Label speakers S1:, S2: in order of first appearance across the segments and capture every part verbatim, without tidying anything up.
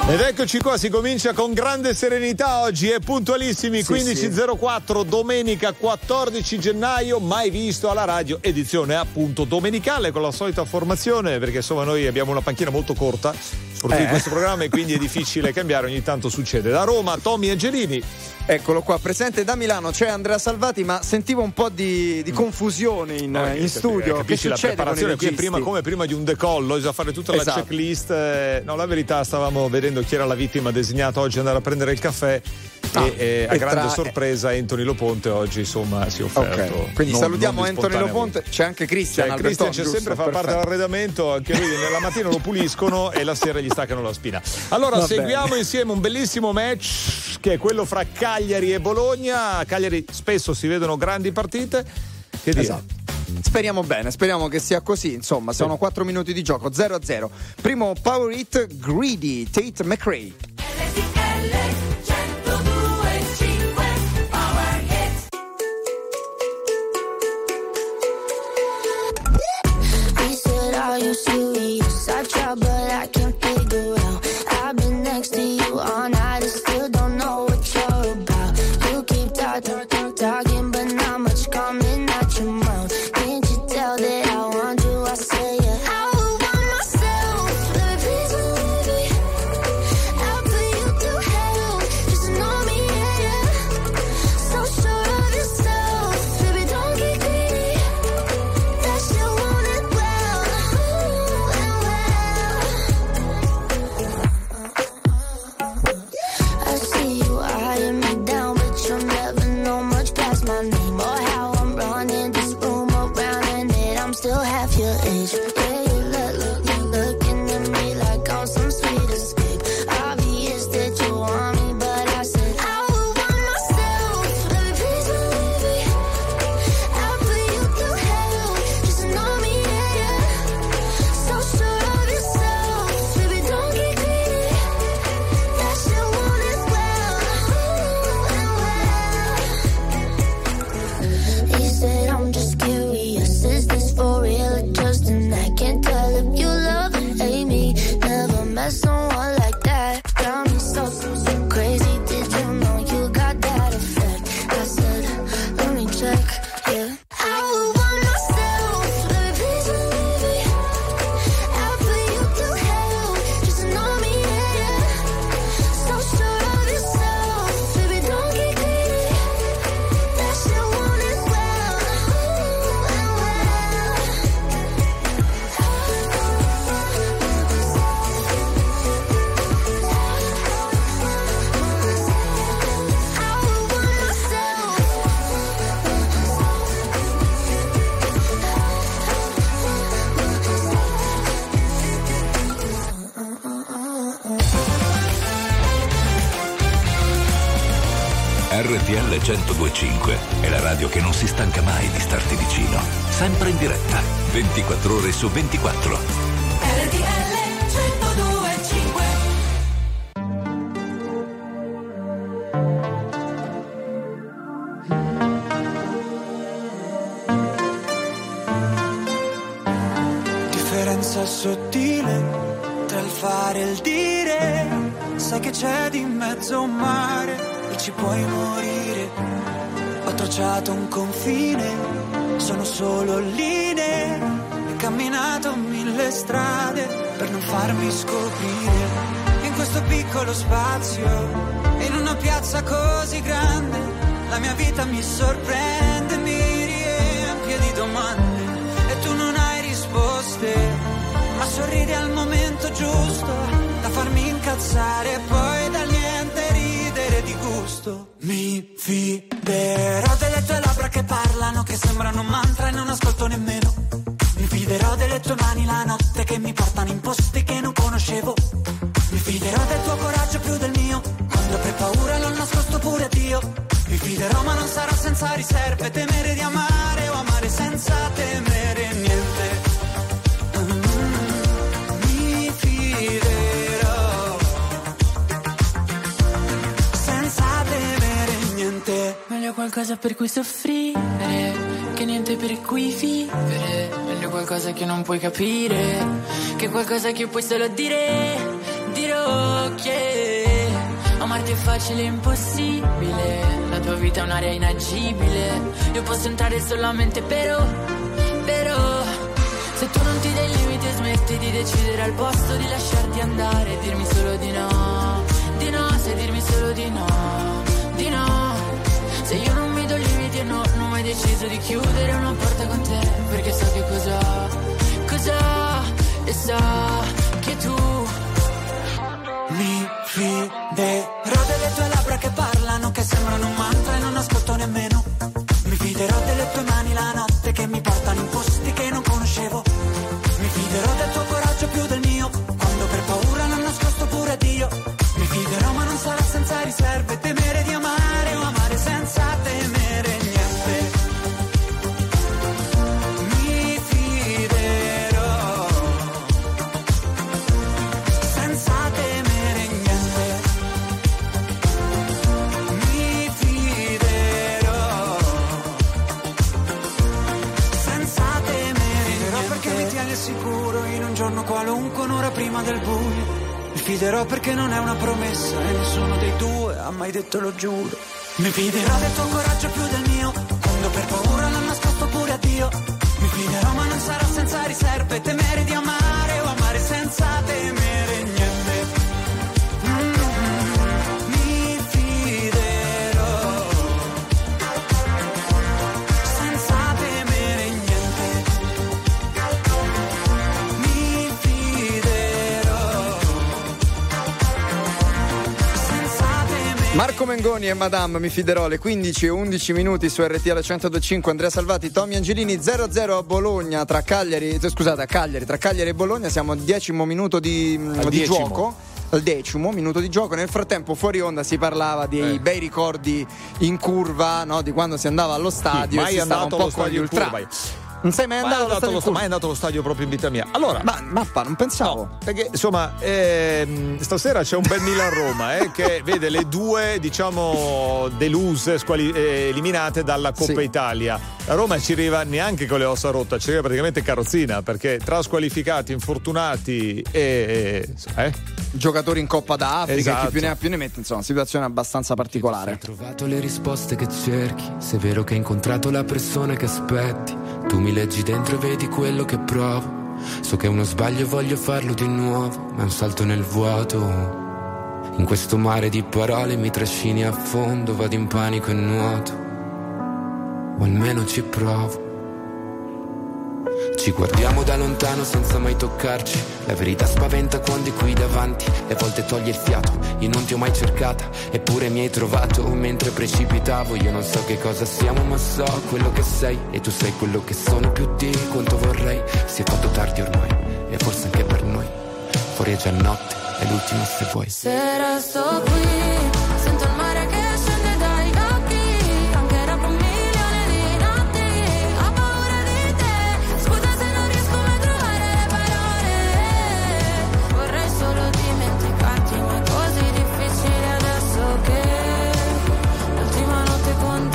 S1: Ed eccoci qua, si comincia con grande serenità oggi, è puntualissimi,
S2: Sì,
S1: quindici e zero quattro, domenica quattordici gennaio, mai visto alla radio, edizione appunto domenicale con la solita formazione, perché insomma noi abbiamo una panchina molto corta, soprattutto
S2: eh.
S1: in questo programma, e quindi è difficile cambiare, ogni tanto succede. Da Roma, Tommy Angelini.
S2: Eccolo qua, presente da Milano c'è Andrea Salvati, ma sentivo un po' di, di confusione in,
S1: No,
S2: in studio. Che
S1: capisci, la
S2: succede
S1: preparazione
S2: con i
S1: qui è prima, come prima di un decollo, bisogna fare tutta la
S2: Esatto.
S1: checklist. eh, No, la verità, stavamo vedendo chi era la vittima designata oggi andare a prendere il caffè.
S2: Ah,
S1: e, e a
S2: e
S1: grande
S2: tra-
S1: sorpresa Anthony Loponte oggi insomma si è offerto.
S2: Ok, quindi
S1: non-
S2: salutiamo
S1: non di
S2: Anthony
S1: spontanea
S2: Loponte, c'è anche Cristian.
S1: Cioè,
S2: Alberton,
S1: Cristian c'è
S2: giusto?
S1: sempre, fa parte
S2: Perfetto.
S1: dell'arredamento, anche lui nella mattina lo puliscono e la sera gli staccano la spina. Allora
S2: Va
S1: seguiamo
S2: bene.
S1: insieme un bellissimo match che è quello fra Cagliari e Bologna. A Cagliari spesso si vedono grandi partite. Che dire?
S2: Esatto. Speriamo bene, speriamo che sia così. Insomma, sono quattro minuti di gioco, zero a zero. Primo power hit, Greedy, Tate McRae.
S3: Are you serious? I try, but I can't figure out. I've been next to you all night and still don't know what you're about. You keep talking, talking, but not much coming out your mouth. Can't you tell that I want you? I say it. I would want myself. Let me please believe me. I'll put you through hell. Just know me, yeah, yeah. So sure of yourself, baby, don't get greedy. That shit want it well. I see you eyeing me down, but you'll never know much past my name or how I'm running this room around, and that I'm still half your age. Yeah, you look, look, you looking at me like I'm some sweet escape. Obvious that you want me, but I said I would want myself. Let me please believe me. I'll put you through hell. Just know me, yeah, yeah. So sure of yourself, baby, don't get greedy. That shit want it well, well. He said I'm just curious, is this for real or just an act? Can't tell if you love or hate me. Never met someone like that. Got me so, so, so crazy. Did you know you got that effect? I said, let me check, yeah. I would want myself. Let me please believe me. I'll put you through hell. Just know me, yeah, yeah. So sure of yourself, baby, don't get greedy. That shit want it well, well, well. I would want myself.
S4: R T L centodue e cinque è la radio che non si stanca mai di starti vicino, sempre in diretta, ventiquattro ore su ventiquattro.
S5: R T L centodue e cinque.
S6: Differenza sottile tra il fare e il dire. Sai che c'è di mezzo un mare e ci puoi morire. Ho tracciato un confine, sono solo linee. Ho camminato mille strade per non farmi scoprire. In questo piccolo spazio, in una piazza così grande, la mia vita mi sorprende, mi riempie di domande. E tu non hai risposte, ma sorridi al momento giusto da farmi incazzare e poi da niente ridere di gusto. Mi fiderò delle tue labbra che parlano, che sembrano un mantra e non ascolto nemmeno. Mi fiderò delle tue mani la notte che mi portano in posti che non conoscevo. Mi fiderò del tuo coraggio più del mio, quando avrei paura l'ho nascosto pure a Dio. Mi fiderò ma non sarò senza riserve, temere di amare o amare senza temere niente. Mi fiderò senza temere niente.
S7: Meglio qualcosa per cui soffrire che niente per cui vivere. Meglio qualcosa che non puoi capire che qualcosa che puoi solo dire. dirò che amarti è facile e impossibile, la tua vita è un'area inagibile, io posso entrare solamente però, però se tu non ti dai limiti e smetti di decidere al posto di lasciarti andare, dirmi solo di no, di no, sai dirmi solo di no, di no. Se io non mi do limiti e no, non ho mai deciso di chiudere una porta con te, perché so che cosa, cosa, e so che tu
S6: mi fiderò delle tue labbra che parlano, che sembrano un mantra e non ascolto nemmeno. Mi fiderò delle tue mani la notte che mi portano in posti che non conoscevo. Mi fiderò del tuo coraggio più del mio, quando per paura l'ho nascosto pure a Dio. Mi fiderò ma non sarà senza riserve, temere di amare o amare senza temere niente. Mi fiderò senza temere niente. Mi fiderò senza temere niente. Perché mi tieni sicuro in un giorno qualunque, un'ora prima del buio. Mi fiderò perché non è una promessa e nessuno dei due ha mai detto lo giuro. Mi fiderò del tuo coraggio più del mio, quando per paura l'ho nascosto pure a Dio. Mi fiderò ma non sarà senza riserve, temere di amare o amare senza temere niente. Mm-hmm. Mi fiderò senza temere niente. Mi fiderò senza temere.
S2: Marco Mengoni e Madame, mi fiderò, alle quindici e undici minuti su R T L centodue e cinque. Andrea Salvati, Tommy Angelini. Zero a zero a Bologna tra Cagliari, scusate, a Cagliari, tra Cagliari e Bologna. Siamo al decimo minuto di, di gioco. Al decimo minuto di gioco. Nel frattempo fuori onda si parlava dei eh. bei ricordi in curva, no? Di quando si andava allo stadio,
S1: sì, mai
S2: e si stava un po' con gli ultra.
S1: Non sei mai andato, allo stadio? Mai andato allo stadio proprio in vita mia. Allora,
S2: ma mappa, non pensavo.
S1: No, perché insomma, ehm, stasera c'è un bel Milan-Roma eh, che vede le due, diciamo, deluse, squali- eh, eliminate dalla Coppa sì. Italia. La Roma ci arriva neanche con le ossa rotte, ci arriva praticamente carrozzina, perché tra squalificati, infortunati e eh?
S2: giocatori in Coppa d'Africa,
S1: esatto.
S2: Chi più ne ha più ne mette, insomma, situazione abbastanza particolare.
S8: Hai trovato le risposte che cerchi, se è vero che hai incontrato la persona che aspetti. Tu mi leggi dentro e vedi quello che provo. So che è uno sbaglio e voglio farlo di nuovo, ma è un salto nel vuoto. In questo mare di parole mi trascini a fondo, vado in panico e nuoto, o almeno ci provo. Ci guardiamo da lontano senza mai toccarci. La verità spaventa quando è qui davanti, e a volte toglie il fiato. Io non ti ho mai cercata, eppure mi hai trovato mentre precipitavo. Io non so che cosa siamo, ma so quello che sei, e tu sei quello che sono più di quanto vorrei. Si è fatto tardi ormai, e forse anche per noi. Fuori è già notte, è l'ultima se vuoi.
S3: Se resto qui, sento il mare che scende dai occhi, anche dopo un milione di notti. Ho paura di te, scusa se non riesco mai a trovare le parole. Vorrei solo dimenticarti, ma è così difficile adesso che l'ultima notte con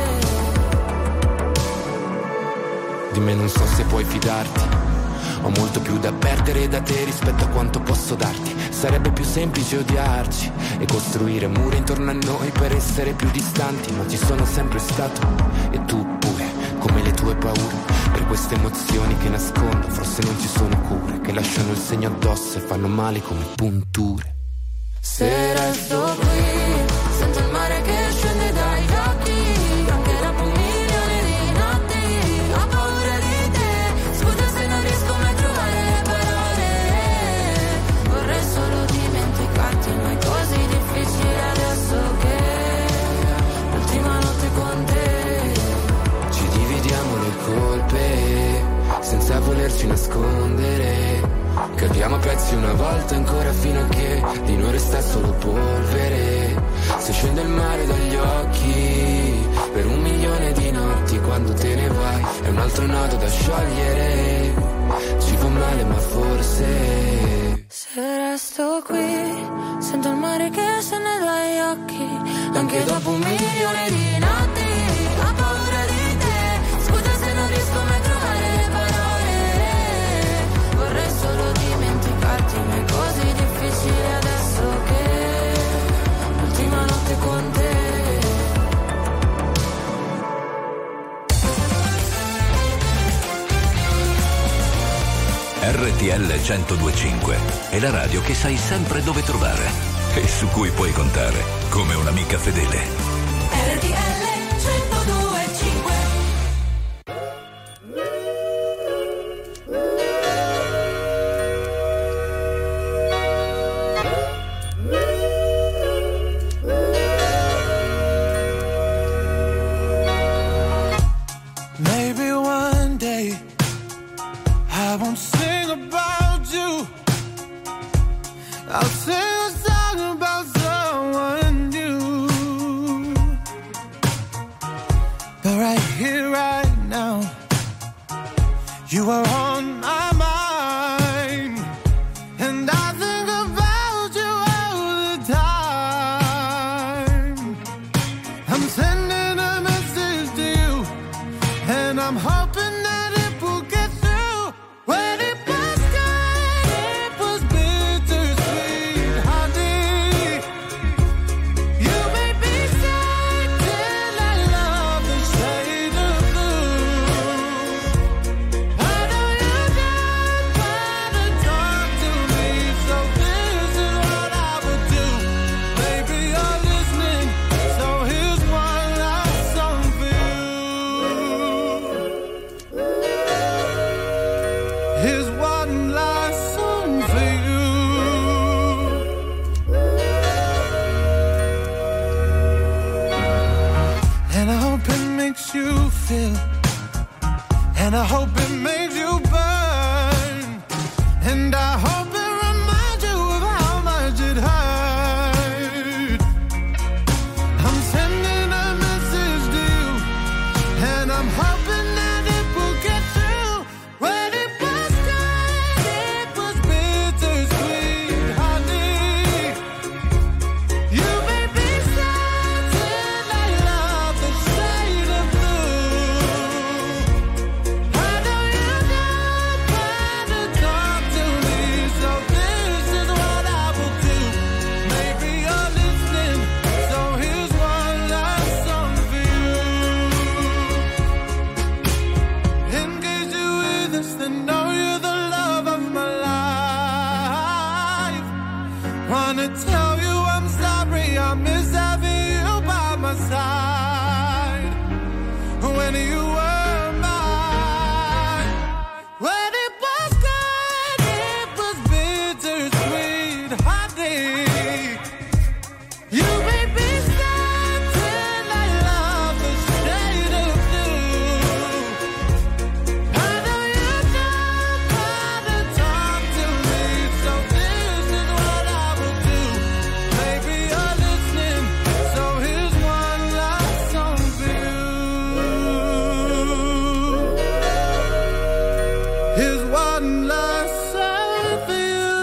S3: te.
S8: Di me non so se puoi fidarti. Ho molto più da perdere da te rispetto a quanto posso darti. Sarebbe più semplice odiarci e costruire mura intorno a noi per essere più distanti, ma ci sono sempre stato, e tu pure, come le tue paure. Per queste emozioni che nascondo forse non ci sono cure, che lasciano il segno addosso e fanno male come punture.
S3: Se resto qui, sento il mare che scende dai occhi, anche dopo un milione di notti. Ho paura di te, scusa se non riesco mai a trovare le parole. Vorrei solo dimenticarti, ma è così difficile adesso che l'ultima notte con te.
S8: Ci dividiamo le colpe senza volerci nascondere. Cadiamo a pezzi una volta ancora fino a che di noi resta solo polvere. Se scende il mare dagli occhi per un milione di notti, quando te ne vai è un altro nodo da sciogliere. Ci fa male ma forse
S3: se resto qui, sento il mare che scende dagli occhi, anche dopo un milione di notti. Ho paura di te, scusa se non riesco mai a trovare le parole. Vorrei solo dimenticarti, ma è così difficile
S4: R T L centodue e cinque è la radio che sai sempre dove trovare e su cui puoi contare come un'amica fedele.
S5: R T L centodue e cinque.
S6: Maybe one day I won't sing about you. I'll sing a song about someone new. But right here, right now, you are on my mind, and I think about you all the time. I'm sending a message to you, and I'm hoping that it will get through. When it was good, it was bittersweet, honey. You made me sad till I love the shade of blue. I know you're not trying to talk to me, so this is what I would do. Maybe you're listening, so here's one last song for you. Here's one last song for you. And I hope it makes you feel, and I hope it makes you burn, and I hope it reminds you of how much it hurt. I'm sending a message to you, and I'm hoping that it will get through. When it was good, it was bittersweet, honey. You made me sad till I love the shade of blue. I know you're not trying to talk to me, so this is what I will do. Maybe you're listening, so here's one last song for you. In case you're with us, then know you're the love of my life. Wanna tell you I'm sorry, I miss having you by my side. When you were mine, when it was good, it was bittersweet, honey. You made me sad till I love the shade of blue. I know you're not trying to talk to me, so this is what I will do. Maybe you're listening, so here's one last song for you. Here's one last song for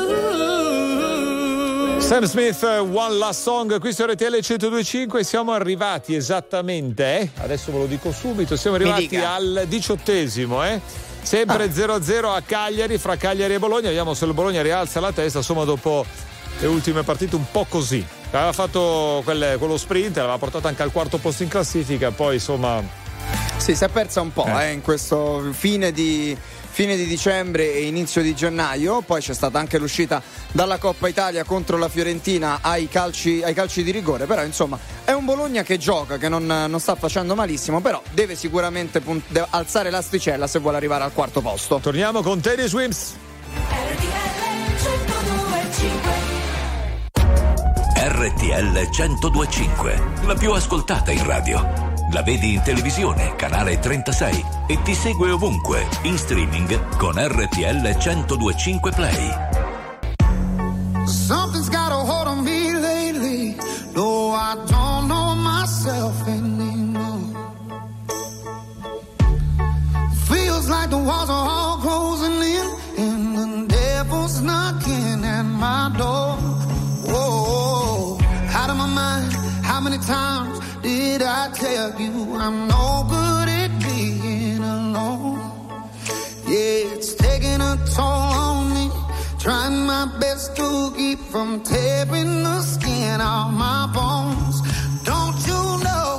S6: you.
S1: Sam Smith, One Last Song, qui su R T L centodue e cinque. Siamo arrivati esattamente, eh? Adesso ve lo dico subito, siamo arrivati
S2: dica.
S1: al diciottesimo, eh? Sempre zero a zero a Cagliari, fra Cagliari e Bologna. Vediamo se il Bologna rialza la testa, insomma, dopo le ultime partite un po' così. Aveva fatto quelle, quello sprint, l'aveva portato anche al quarto posto in classifica, poi insomma...
S2: Sì, si è persa un po'
S1: Eh.
S2: eh, in questo fine di, fine di dicembre e inizio di gennaio. Poi c'è stata anche l'uscita dalla Coppa Italia contro la Fiorentina ai calci, ai calci di rigore. Però insomma è un Bologna che gioca, che non, non sta facendo malissimo, però deve sicuramente punt- deve alzare l'asticella se vuole arrivare al quarto posto.
S1: Torniamo con Teddy Swims.
S5: R T L centodue e cinque.
S4: R T L centodue e cinque, la più ascoltata in radio. La vedi in televisione, canale trentasei, e ti segue ovunque, in streaming con R T L centodue e cinque Play.
S6: Something's got a hold on me lately. No, I don't know myself anymore. Feels like the walls are all closing in, and the devil's knocking at my door. Whoa, out of my mind. How many times did I tell you I'm no good at being alone? Yeah, it's taking a toll on me. Trying my best to keep from tearing the skin off my bones. Don't you know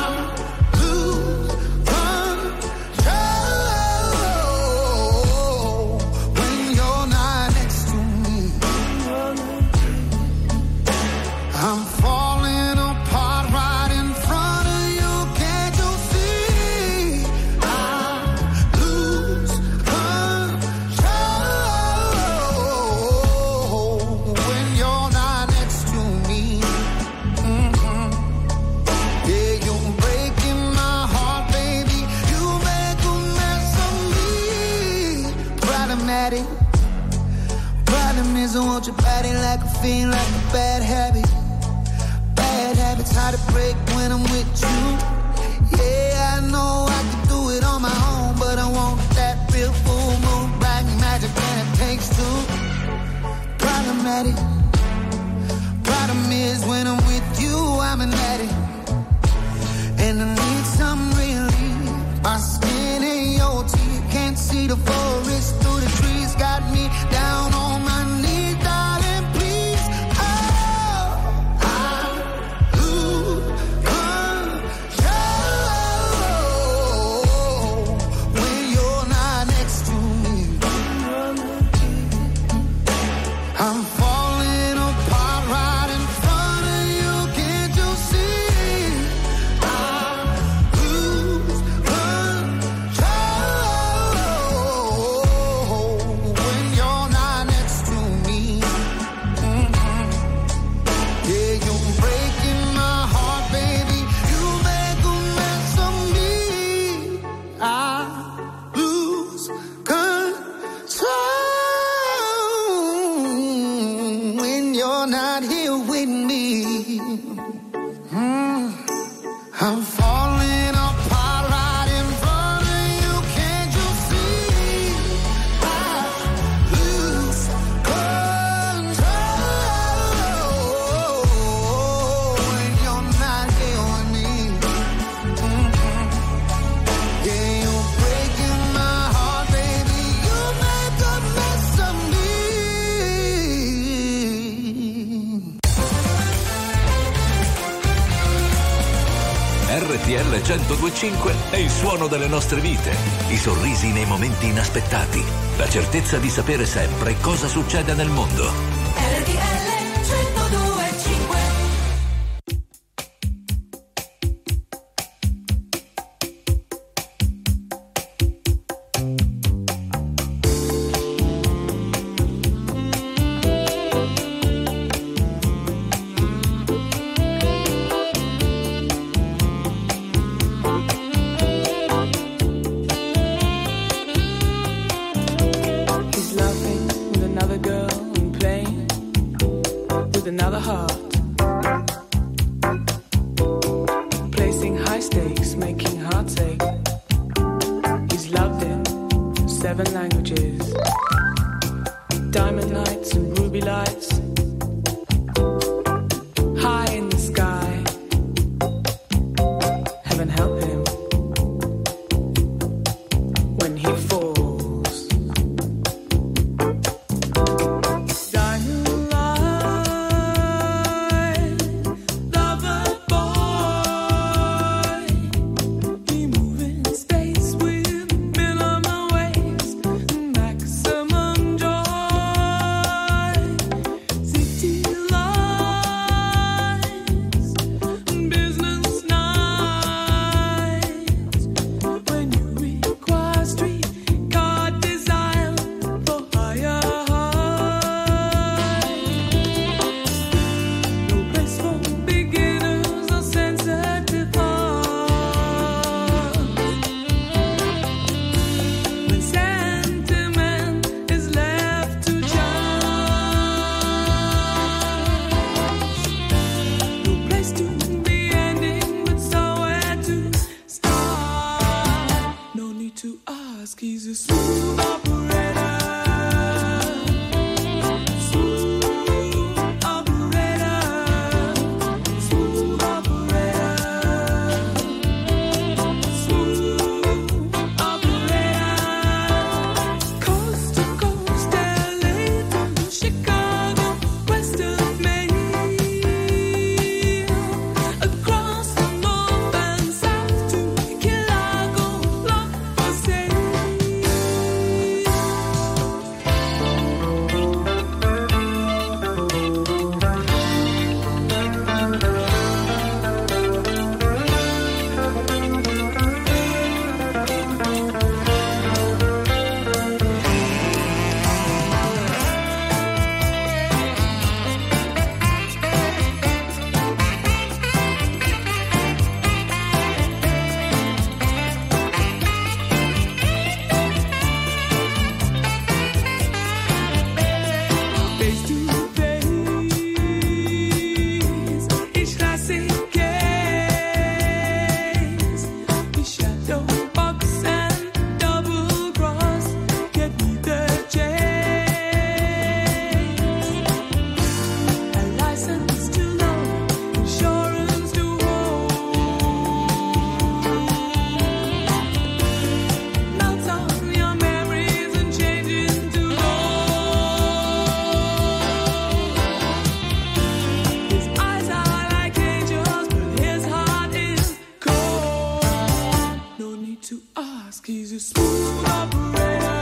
S6: I'm lose control?
S9: at it. Problem is I want your body like a fiend, like a bad habit. Bad habits hard to break when I'm with you. Yeah, I know I can do it on my own, but I want that real full moon, black magic, and it takes two. Problematic. Problem is when I'm with you, I'm an addict, and I need some relief. My skin ain't your teeth, can't see the forest through the trees. Got me down on my knees, darling, please. Oh, I lose control when you're not next to me. I'm falling apart right in front of you, can't you see? I lose control when you're not next to me. Mm-hmm. Yeah, you're breaking my heart, baby. You make a mess of me. I lose control when you're not here with me. Mm. I'm falling apart right in front of you, can't you see? I lose control when you're not here with me. Mm-hmm. Yeah, you're breaking my heart, baby. You make a mess of me.
S4: R T L centodue e cinque è il suono delle nostre vite, i sorrisi nei momenti inaspettati, la certezza di sapere sempre cosa succede nel mondo.
S5: R T L centodue e cinque.
S10: He's laughing with another girl and playing with another heart. Placing high stakes, making hearts ache. He's loved in seven languages. Diamond lights and ruby lights. High in the sky. Heaven help him when he falls. Diamond light, lover boy. We move in space with minimal waves, maximum joy. City lights, business nights. When you require street car design for higher heights. No place for beginners or sensitive hearts. When sentiment is left to chance. No place to be ending, but somewhere to start. No need to ask, he's a smooth operator. Smooth operator. Smooth operator. Smooth operator. Coast to coast, L A to Chicago, west of Maine. Across the north and south to Chicago, love for sale. ask, he's a smooth operator.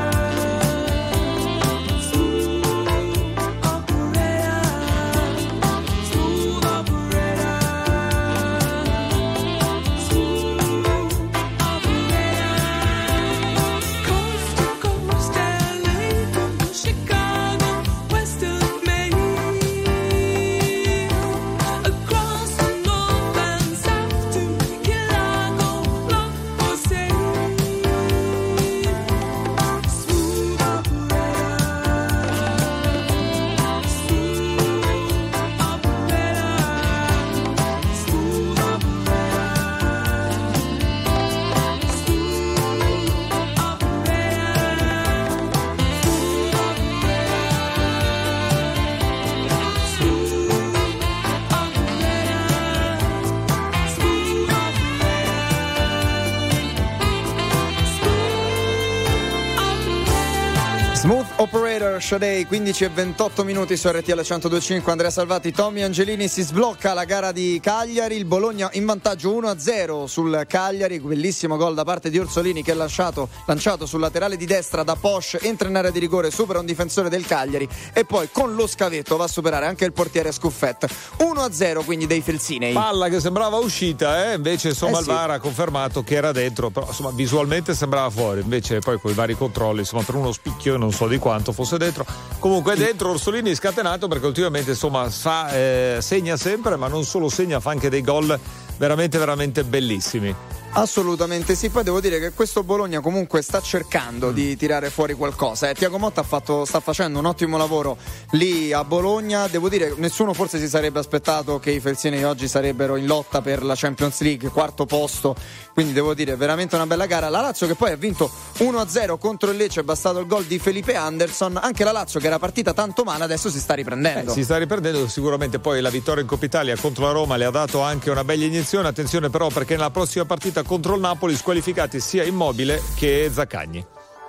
S2: Operator, Sade, quindici e ventotto minuti su R T L centodue e cinque. Andrea Salvati, Tommy Angelini. Si sblocca la gara di Cagliari, il Bologna in vantaggio uno a zero sul Cagliari, bellissimo gol da parte di Orsolini che è lanciato, lanciato sul laterale di destra da Posch, entra in area di rigore, supera un difensore del Cagliari e poi con lo scavetto va a superare anche il portiere Scuffet. uno a zero quindi dei Felsinei.
S1: Palla che sembrava uscita, eh? invece insomma
S2: Eh
S1: il
S2: sì.
S1: V A R ha confermato che era dentro, però insomma visualmente sembrava fuori, invece poi con i vari controlli, insomma per uno spicchio non so di quanto fosse dentro. Comunque dentro Orsolini scatenato perché ultimamente insomma fa, eh, segna sempre, ma non solo segna, fa anche dei gol veramente veramente bellissimi.
S2: Assolutamente sì, poi devo dire che questo Bologna comunque sta cercando mm. di tirare fuori qualcosa. Eh. Tiago Motta ha fatto, sta facendo un ottimo lavoro lì a Bologna, devo dire che nessuno forse si sarebbe aspettato che i Felsinei oggi sarebbero in lotta per la Champions League, quarto posto, quindi devo dire veramente una bella gara. La Lazio che poi ha vinto uno a zero contro il Lecce, è bastato il gol di Felipe Anderson, anche la Lazio che era partita tanto male adesso si sta riprendendo.
S1: Eh, si sta riprendendo sicuramente, poi la vittoria in Coppa Italia contro la Roma le ha dato anche una bella iniezione, attenzione però perché nella prossima partita contro il Napoli squalificati sia Immobile che Zaccagni.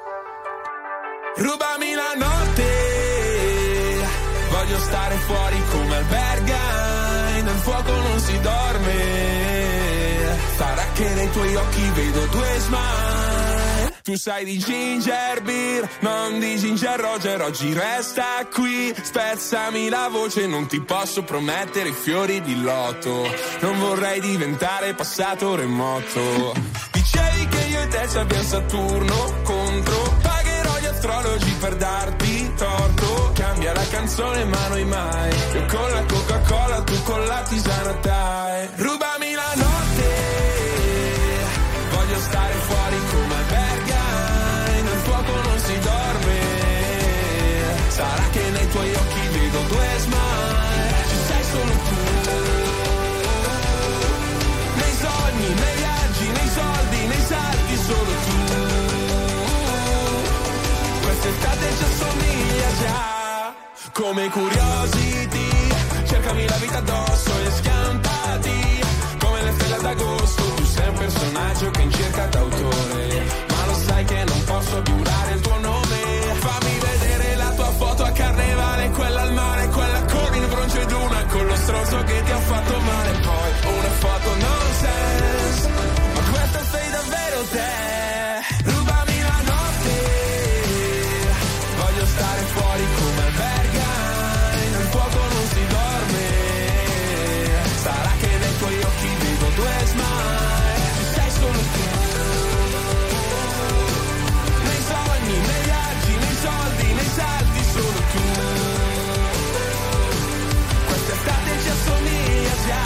S11: Rubami la notte, voglio stare fuori come albergai, nel fuoco non si dorme, sarà che nei tuoi occhi vedo due smile, tu sai di ginger beer, non di ginger Roger, oggi resta qui, spezzami la voce, non ti posso promettere i fiori di loto, non vorrei diventare passato remoto, dicevi che io e te ci abbiamo Saturno contro, pagherò gli astrologi per darti torto, cambia la canzone ma noi mai, io con la Coca-Cola, tu con la tisana Thai, rubami la notte, voglio stare fuori come albergai, nel fuoco non si dorme, sarà che nei tuoi occhi vedo due smile, ci sei solo tu, nei sogni, nei viaggi, nei soldi, nei salti solo tu, quest'estate ci assomiglia già, come Curiosity, cercami la vita addosso e scampati, come le stelle d'agosto, tu sei un personaggio che in cerca d'autore, ma lo sai che non posso giurare il tuo nome, fammi vedere la tua foto a carnevale, quella al mare, quella con il broncio ed una con lo stronzo che ti ha fatto male, poi una foto nonsense, ma questa sei davvero te, rubami la notte, voglio stare fuori come albergai, nel fuoco non si dorme, sarà che nei tuoi occhi vedo due smile, ci sei solo tu, nei sogni, nei viaggi, nei soldi, nei salti solo tu, quest'estate ci assomiglia già.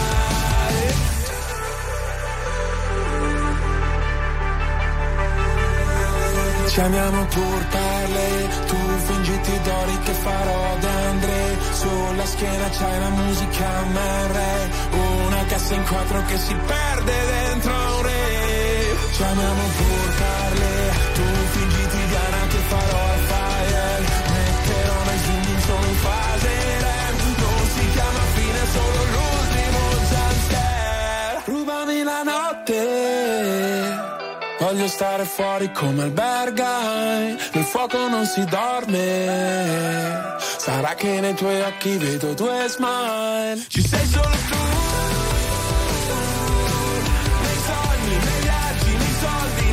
S11: Ci amiamo pur parle, tu fingiti d'ori che farò d'Andre, sulla schiena c'hai la musica M R, una cassa in quattro che si perde dentro un re. Ci amiamo pur parle, tu fingiti Diana che farò al fire, metterò nei zoom solo in fase rem, non si chiama fine, solo l'ultimo jumpscare. Rubami la notte, voglio stare fuori come albergai, nel fuoco non si dorme, sarà che nei tuoi occhi vedo due smile, ci sei solo tu, nei sogni, nei viaggi, nei soldi,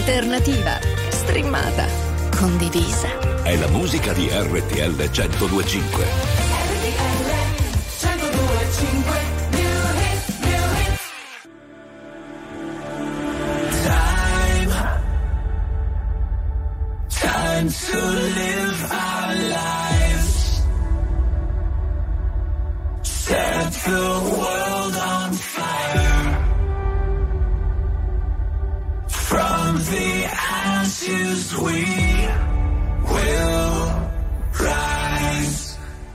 S12: alternativa, streamata, condivisa.
S4: È la musica di R T L centodue e cinque.
S5: R T L centodue e cinque.
S11: Time to live our lives, set the world on fire. From the ashes we will rise.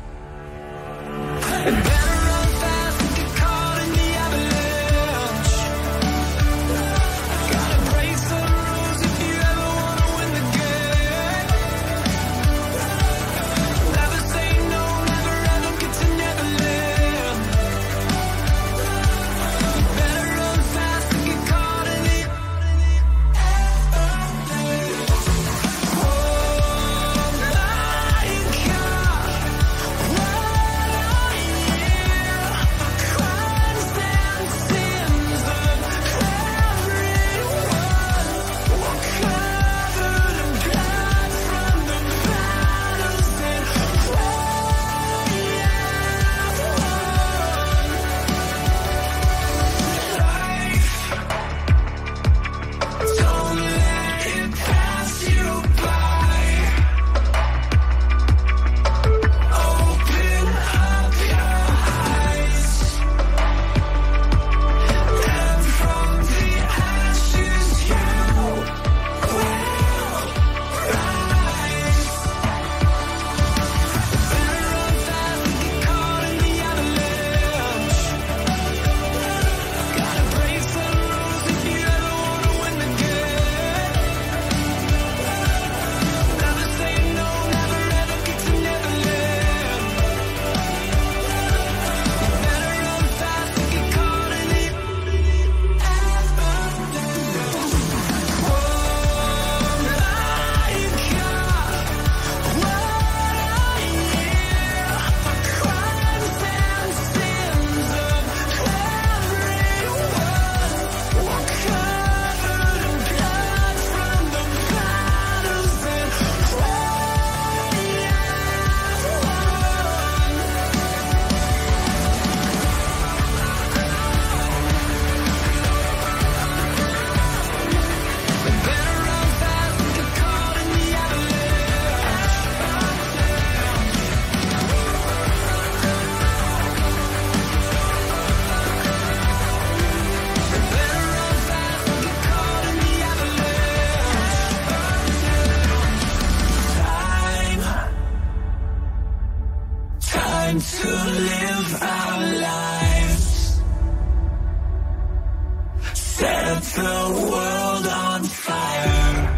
S11: And better run fast and get caught in the avalanche. Gotta break some rules if you ever wanna win the game. Never say no, never ever get to Neverland. Better run fast and get caught in the time to live our lives, set the world on fire.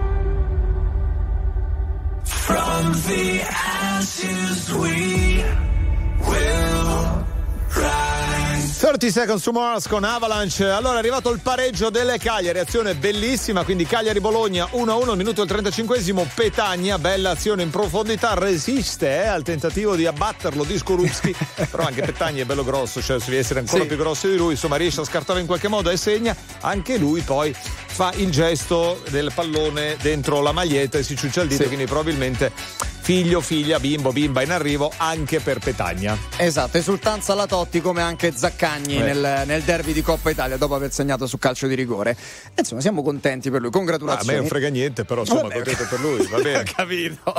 S11: From the ashes we will rise.
S1: thirty Seconds to Mars con Avalanche. Allora è arrivato il pareggio delle Cagliari, azione bellissima, quindi Cagliari-Bologna uno a uno, minuto il trentacinquesimo. Petagna, bella azione in profondità, resiste eh, al tentativo di abbatterlo di Skorupski, però anche Petagna è bello grosso, cioè devi essere ancora sì. più grosso di lui, insomma riesce a scartare in qualche modo e segna. Anche lui poi fa il gesto del pallone dentro la maglietta e si ciuccia il dito, sì. quindi probabilmente figlio, figlia, bimbo, bimba in arrivo anche per Petagna.
S2: Esatto, esultanza alla Totti come anche Zaccagni eh. nel, nel derby di Coppa Italia dopo aver segnato su calcio di rigore. E insomma siamo contenti per lui, congratulazioni.
S1: Ah, a me non frega niente, però insomma Vabbè, contento per lui, va bene.
S2: Ho capito.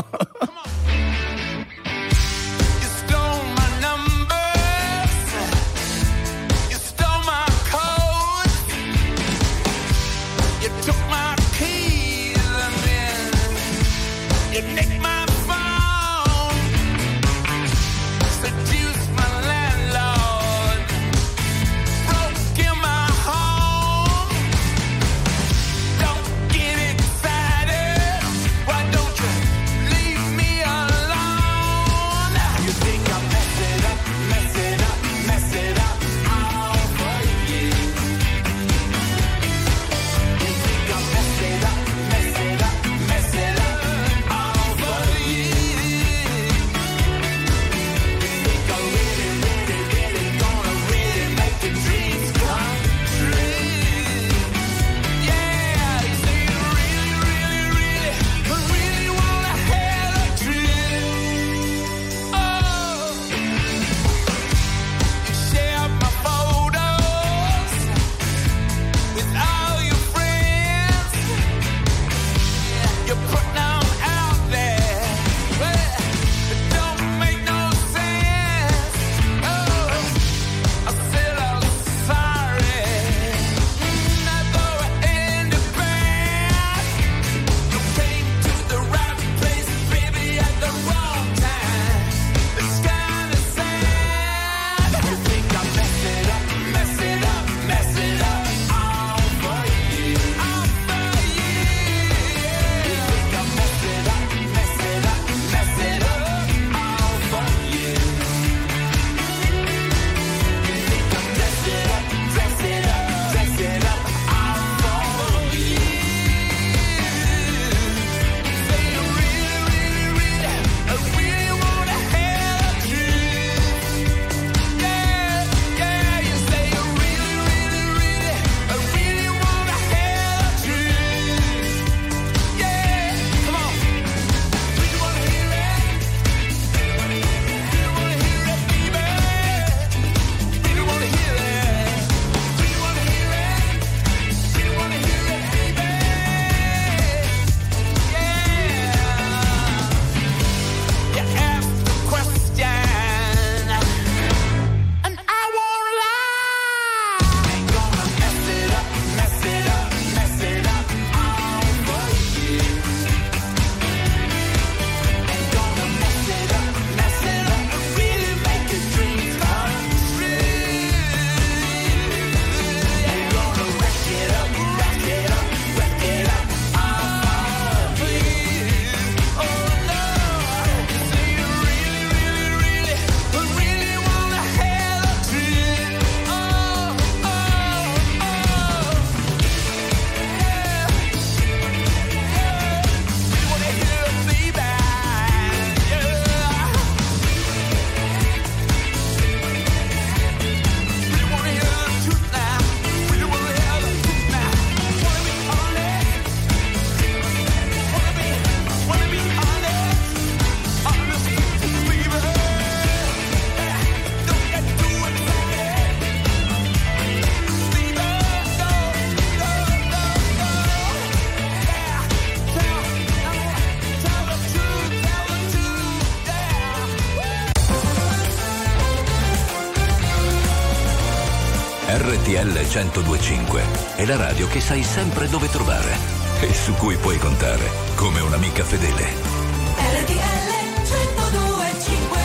S4: R T L centodue e cinque è la radio che sai sempre dove trovare e su cui puoi contare come un'amica fedele.
S5: R T L centodue e cinque.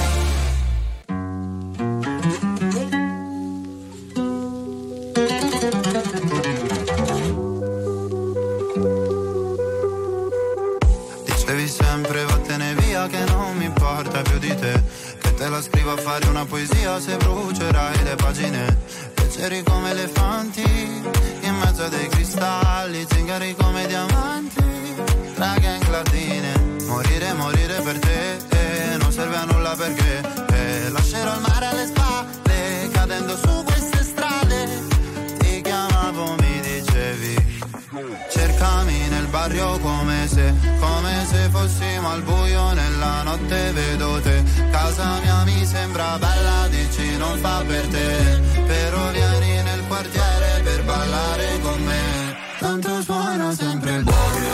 S13: Dicevi sempre vattene via che non mi importa più di te, che te la scrivo a fare una poesia se brucerai le pagine. Leggeri come elefanti in mezzo a dei cristalli, zingari come diamanti tra gang latine. Morire, morire per te eh, non serve a nulla perché eh, lascerò il mare alle spalle cadendo su queste strade. Ti chiamavo, mi dicevi cercami nel barrio come se, come se fossimo al buio nella notte vedo te. Casa mia mi sembra bella, dici non fa per te, però vieni nel quartiere per ballare con me. Tanto suona sempre il barrio,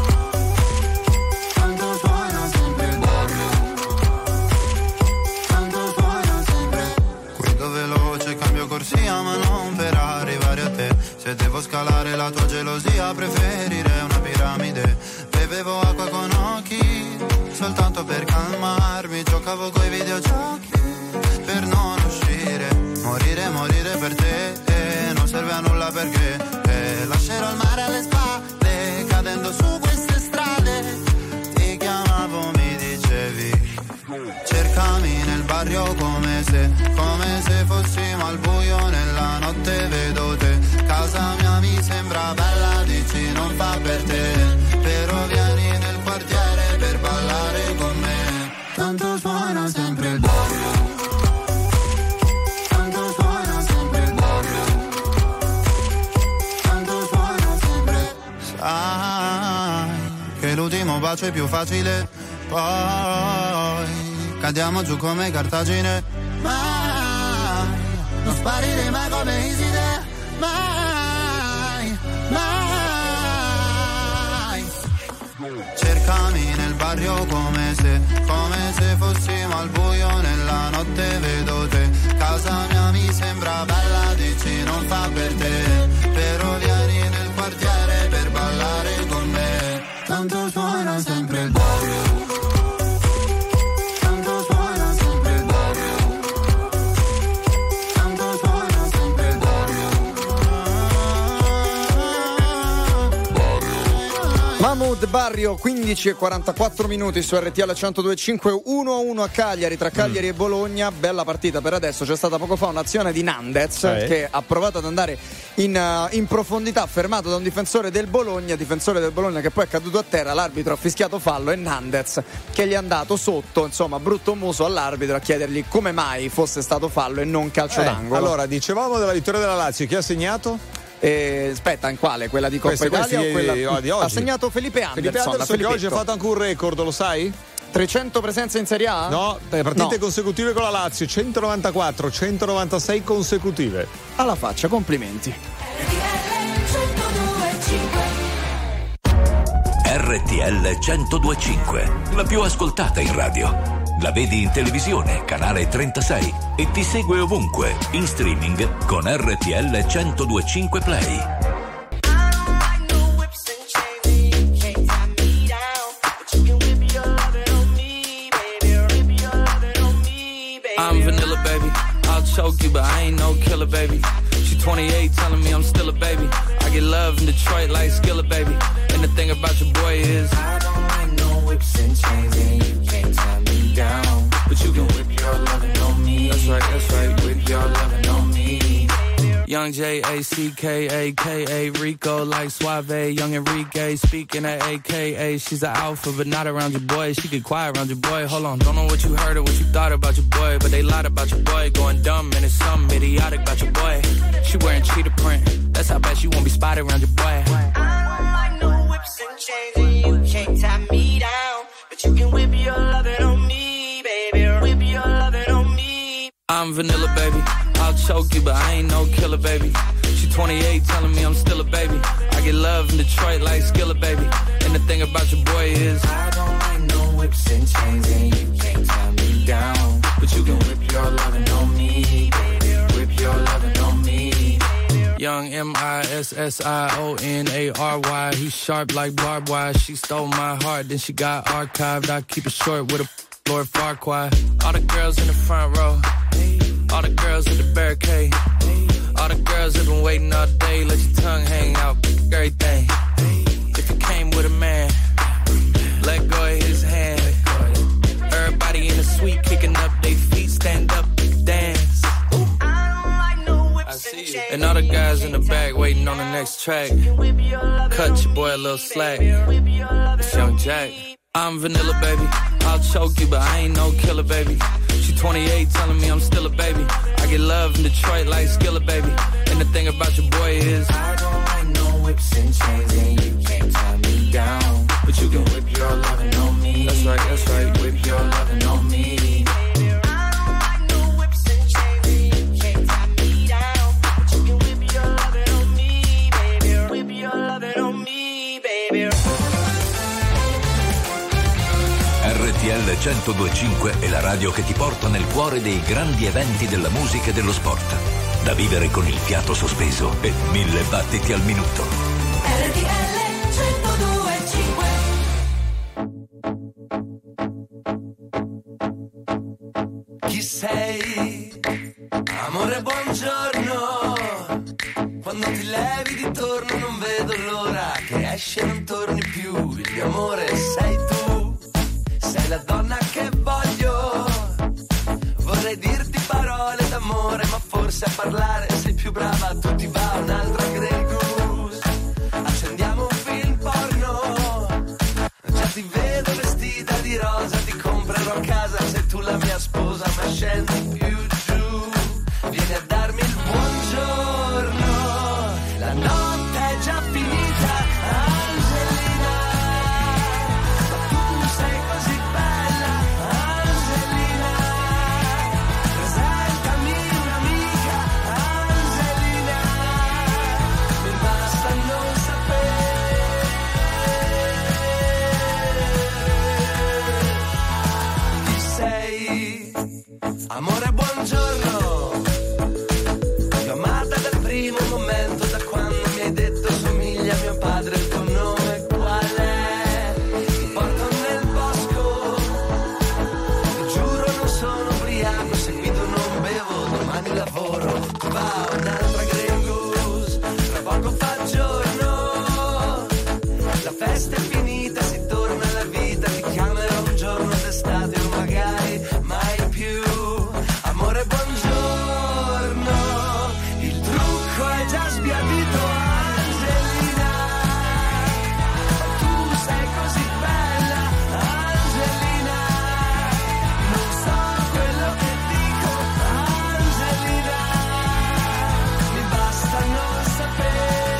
S13: tanto suona sempre il barrio, tanto suona sempre. Guido veloce, cambio corsia ma non per arrivare a te. Se devo scalare la tua gelosia preferirei una piramide. Bevevo acqua con occhi soltanto per calmarmi, giocavo coi videogiochi per non uscire. Morire, morire per te eh, non serve a nulla perché eh, lascerò il mare alle spalle cadendo su queste strade. Ti chiamavo, mi dicevi cercami nel barrio come se, come se fossimo al buio nella notte vedo te. Casa mia mi sembra bella, dici non fa per te, però vieni nel quartiere per ballare con me. Tanto suona sempre il barrio, tanto suona sempre il barrio, tanto suona sempre. Sai che l'ultimo bacio è più facile, poi cadiamo giù come Cartagine. Mai non sparire mai come Iside, mai, mai. Cercami nel barrio come se, come se fossimo al buio nella notte vedo te. Casa mia mi sembra bella, dici non fa per te, però vieni nel quartiere per ballare con me. Tanto suona sempre il barrio, tanto suona sempre il barrio, tanto suona sempre il barrio.
S2: Mahmood Barrio, quindici e quarantaquattro minuti su R T L centodue e cinque, uno a uno a Cagliari, tra Cagliari mm. e Bologna. Bella partita per adesso. C'è stata poco fa un'azione di Nandez eh. che ha provato ad andare in, uh, in profondità, fermato da un difensore del Bologna, difensore del Bologna che poi è caduto a terra. L'arbitro ha fischiato fallo e Nandez che gli è andato sotto, insomma, brutto muso all'arbitro a chiedergli come mai fosse stato fallo e non calcio
S1: eh,
S2: d'angolo.
S1: Allora, dicevamo della vittoria della Lazio, chi ha segnato?
S2: Eh, aspetta, in quale? Quella di Coppa
S1: questi,
S2: Italia
S1: questi
S2: o quella
S1: di oggi?
S2: Ha segnato Felipe Anderson.
S1: Felipe Anderson che oggi ha fatto anche un record, lo sai?
S2: trecento presenze in Serie A?
S1: No, partite
S2: no.
S1: consecutive con la Lazio, centonovantaquattro, centonovantasei consecutive.
S2: Alla faccia, complimenti.
S4: R T L centodue e cinque, la più ascoltata in radio. La vedi in televisione, canale trentasei, e ti segue ovunque, in streaming con R T L centodue e cinque Play.
S14: I'm vanilla, baby. I'll choke you, but I ain't no killer, baby. She twenty-eight, telling me I'm still a baby. I get love in Detroit like Skillet, baby. And the thing about your boy is I don't like no whips and chains, and you can't tie me down. But you can whip your lovin' on me. That's right, that's right, whip your lovin' on me. Young J A C K A K A Rico like Suave, young Enrique speaking at A K A. She's an alpha but not around your boy. She get quiet around your boy. Hold on, don't know what you heard or what you thought about your boy, but they lied about your boy. Going dumb and it's something idiotic about your boy. She wearing cheetah print. That's how bad she won't be spotted around your boy.
S15: I don't like no whips and chains, and you can't tie me down. But you can whip your lovin' on me, baby. Whip your lovin' on me.
S14: I'm vanilla, baby. I'll choke you, but I ain't no killer, baby. She twenty-eight, telling me I'm still a baby. I get love in Detroit like Skillet, baby. And the thing about your boy is I don't like no whips and chains, and you can't tie me down. But you can whip your lovin' on me, baby. Whip your lovin' on me. M I S S I O N A R Y. He's sharp like barbed wire. She stole my heart, then she got archived. I keep it short with a Lord Farquaad. All the girls in the front row, all the girls at the barricade, all the girls have been waiting all day. Let your tongue hang out, everything. If you came with a man, let go of his hand. Everybody in the suite kicking up their feet, stand up, dance. I see you. And all the guys in the back waiting on the next track. Cut your boy a little slack. It's Young Jack. I'm vanilla, baby. I'll choke you, but I ain't no killer, baby. She twenty-eight, telling me I'm still a baby. I get love in Detroit like Skilla, baby. And the thing about your boy is I don't like no whips and chains, and you can't tie me down. But you can whip your lovin' on me. That's right, that's right. Whip your lovin' on me.
S4: R T L centodue e cinque è la radio che ti porta nel cuore dei grandi eventi della musica e dello sport. Da vivere con il fiato sospeso e mille battiti al minuto.
S5: R T L centodue e cinque.
S16: Chi sei? Amore, buongiorno. Quando ti levi di torno non vedo l'ora che esce e non torni più. Il mio amore sei tu. Sei la donna che voglio. Vorrei dirti parole d'amore, ma forse a parlare sei più brava. Tu ti va un'altra Grey Goose. Accendiamo un film porno. Già ti vedo vestita di rosa. Ti comprerò a casa se tu la mia sposa. Ma scendi più giù. Vieni a darmi il buongiorno. La notte è già finita, Angelina. Ma tu sei così bella, Angelina. Presentami un'amica, Angelina. Mi basta non sapere. Chi sei? Amore, buongiorno. Ti ho amata dal primo momento, da quando mi hai detto somiglia a mio padre. Il tuo nome qual è? Ti porto nel bosco. Ti giuro non sono ubriaco, se guido non bevo, domani lavoro. Va un'altra Grey Goose, tra poco fa giorno. La festa è finita, si torna alla vita. Ti chiamerò un giorno d'estate o magari mai più. Amore, buongiorno. Il trucco è già sbiadito, Angelina. Tu sei così bella, Angelina. Non so quello che dico, Angelina. Mi basta non sapere.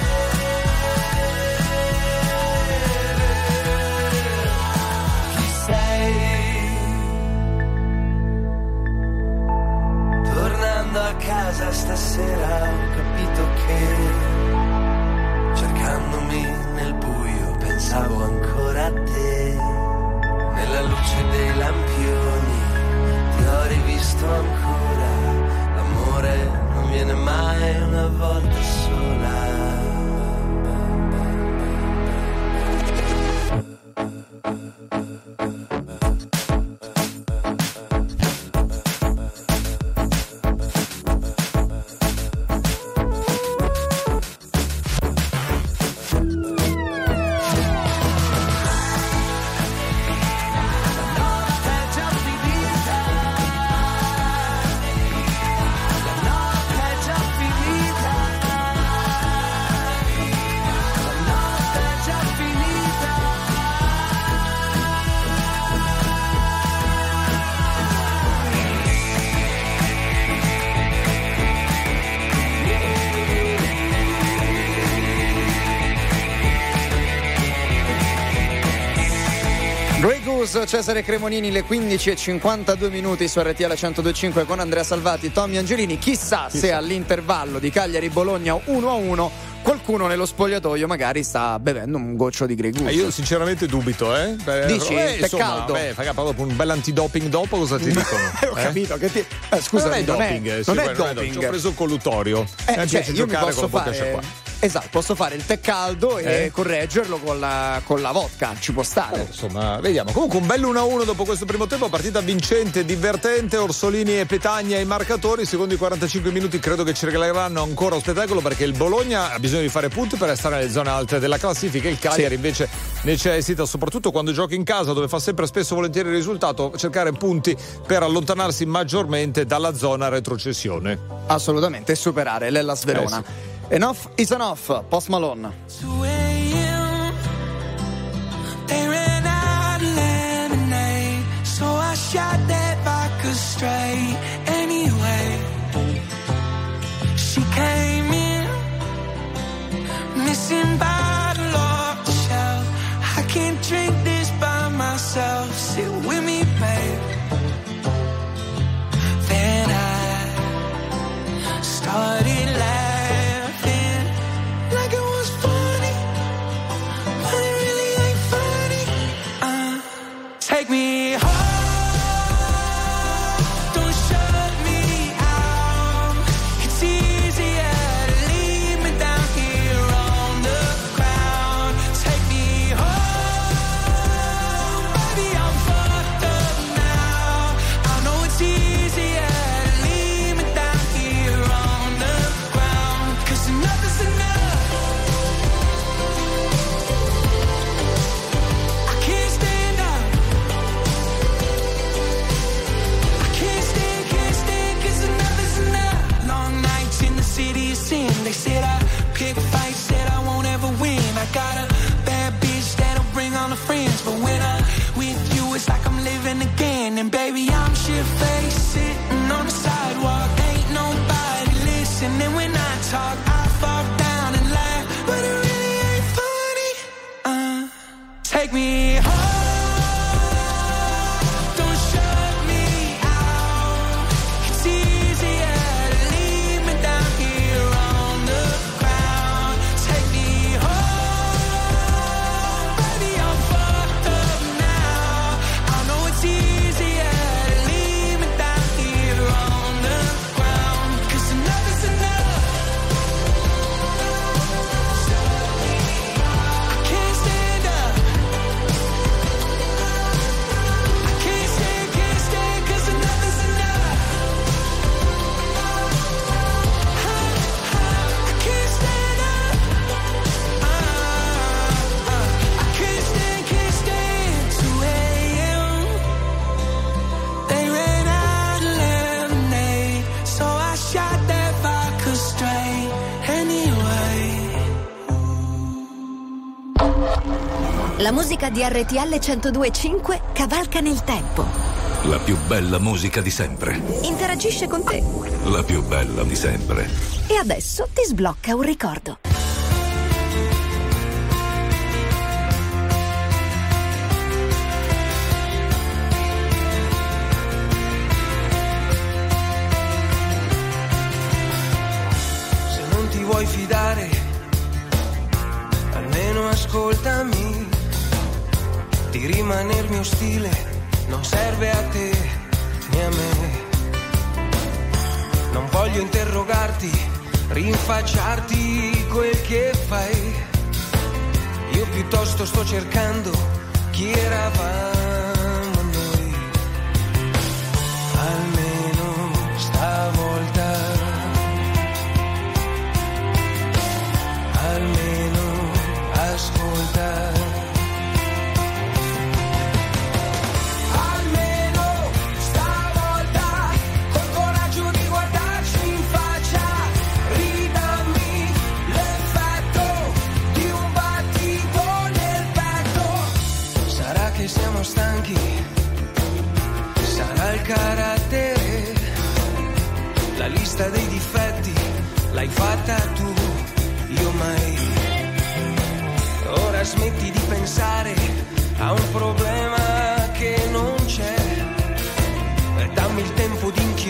S16: Chi sei? Tornando a casa stasera ho capito che cercandomi nel buio pensavo ancora a te. Nella luce dei lampioni ti ho rivisto ancora. L'amore non viene mai una volta sola. La notte è già finita.
S2: Grey Goose, Cesare Cremonini, le quindici e cinquantadue minuti su R T L centodue e cinque con Andrea Salvati, Tommy Angelini. Chissà, Chissà se all'intervallo di Cagliari-Bologna uno a uno qualcuno nello spogliatoio magari sta bevendo un goccio di Grey Goose.
S1: Eh, io sinceramente dubito, eh? Beh,
S2: Dici?
S1: eh,
S2: È caldo.
S1: Beh, fai dopo un bel antidoping dopo cosa ti dicono?
S2: Ho
S1: eh?
S2: capito che ti... eh, scusa,
S1: non è
S2: non
S1: doping,
S2: è,
S1: eh,
S2: non
S1: sì,
S2: è
S1: non
S2: doping.
S1: Ci ho preso il collutorio.
S2: Eh,
S1: eh,
S2: cioè, io mi
S1: giocare
S2: posso
S1: con
S2: fare esatto, posso fare il tè caldo e
S1: Eh?
S2: correggerlo con la, con la vodka, ci può stare.
S1: Eh, insomma, vediamo. Comunque un bello uno a uno dopo questo primo tempo, partita vincente, divertente, Orsolini e Petagna ai marcatori. Secondo i quarantacinque minuti credo che ci regaleranno ancora un spettacolo, perché il Bologna ha bisogno di fare punti per restare nelle zone alte della classifica. Il Cagliari sì. invece necessita, soprattutto quando gioca in casa, dove fa sempre spesso volentieri il risultato, cercare punti per allontanarsi maggiormente dalla zona retrocessione.
S2: Assolutamente, e superare l'Hellas Verona.
S1: Eh, sì.
S2: Enough is enough, Post Malone.
S10: two a.m. They ran out of lemonade, so I shot that vodka straight. Anyway, she came in, missing bottle off the shelf. I can't drink this by myself. Sit with me, babe. Then I started laughing. Take me home, don't shut me out. It's easier to leave me down here on the ground. Take me home, baby, I'm fucked up now. I know it's easier to leave me down here on the ground. 'Cause enough is enough. I can't stand up. City of sin. They said I pick fights, said I won't ever win. I got a bad bitch that'll bring all the friends, but when I'm with you, it's like I'm living again. And baby, I'm shit-faced, sitting on the sidewalk. Ain't nobody listening when I talk. I fall down and laugh, but it really ain't funny. Uh, take me home.
S12: La musica di R T L centodue e cinque cavalca nel tempo.
S4: La più bella musica di sempre.
S12: Interagisce con te.
S4: La più bella di sempre.
S12: E adesso ti sblocca un ricordo.
S16: Se non ti vuoi fidare, almeno ascoltami. Di rimanermi ostile non serve a te né a me. Non voglio interrogarti, rinfacciarti quel che fai. Io piuttosto sto cercando chi eravamo noi. Almeno stavolta, almeno ascolta. Siamo stanchi, sarà il carattere, la lista dei difetti l'hai fatta tu, io mai. Ora smetti di pensare a un problema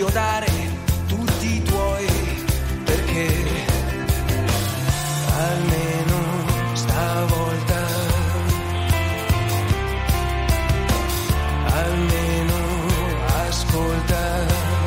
S16: dare tutti i tuoi, perché almeno stavolta, almeno ascolta.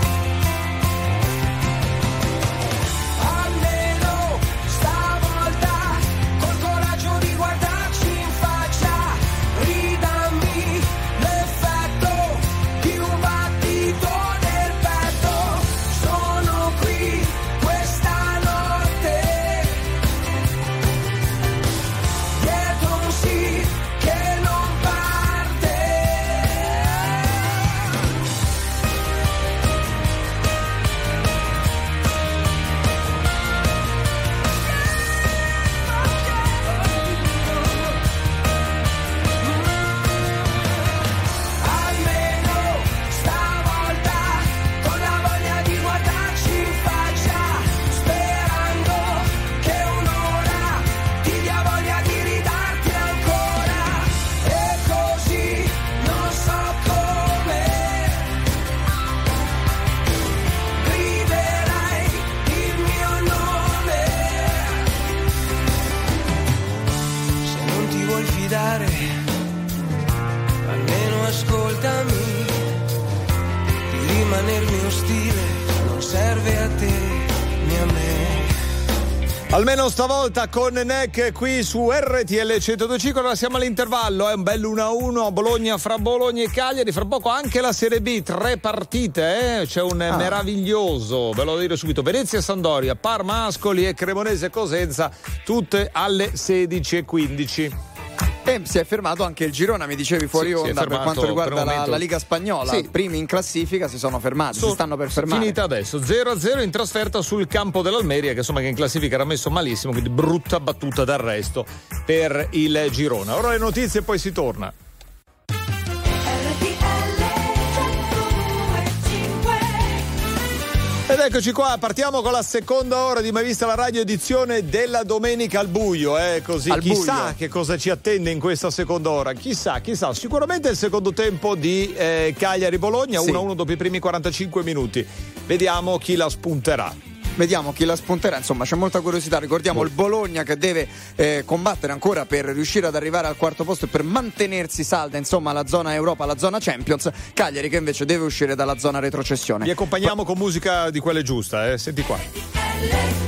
S16: Almeno ascoltami, di rimanermi ostile non serve a te né a me.
S1: Almeno stavolta con Neck qui su R T L centodue e cinque. Ora siamo all'intervallo, è un bel uno a uno a Bologna, fra Bologna e Cagliari. Fra poco anche la Serie B, tre partite, eh? C'è un ah. meraviglioso, ve lo dirò subito, Venezia e Sampdoria, Parma Ascoli e Cremonese Cosenza, tutte alle sedici e quindici.
S2: E si è fermato anche il Girona, mi dicevi fuori sì, onda, per quanto riguarda per la, la Liga Spagnola. Sì. Primi in classifica si sono fermati, so, si stanno per fermare.
S1: Finita adesso, zero a zero in trasferta sul campo dell'Almeria, che insomma che in classifica era messo malissimo, quindi brutta battuta d'arresto per il Girona. Ora le notizie e poi si torna. Ed eccoci qua, partiamo con la seconda ora di Mai Vista la Radio, edizione della domenica al buio, eh, così al chissà buio. Che cosa ci attende in questa seconda ora, chissà, chissà, sicuramente il secondo tempo di eh, Cagliari-Bologna, sì. uno a uno dopo i primi quarantacinque minuti, vediamo chi la spunterà.
S2: Vediamo chi la spunterà, insomma c'è molta curiosità. Ricordiamo oh. il Bologna che deve eh, combattere ancora per riuscire ad arrivare al quarto posto e per mantenersi salda, insomma, la zona Europa, la zona Champions. Cagliari che invece deve uscire dalla zona retrocessione.
S1: Vi accompagniamo pa- con musica di quelle giusta, eh? Senti qua.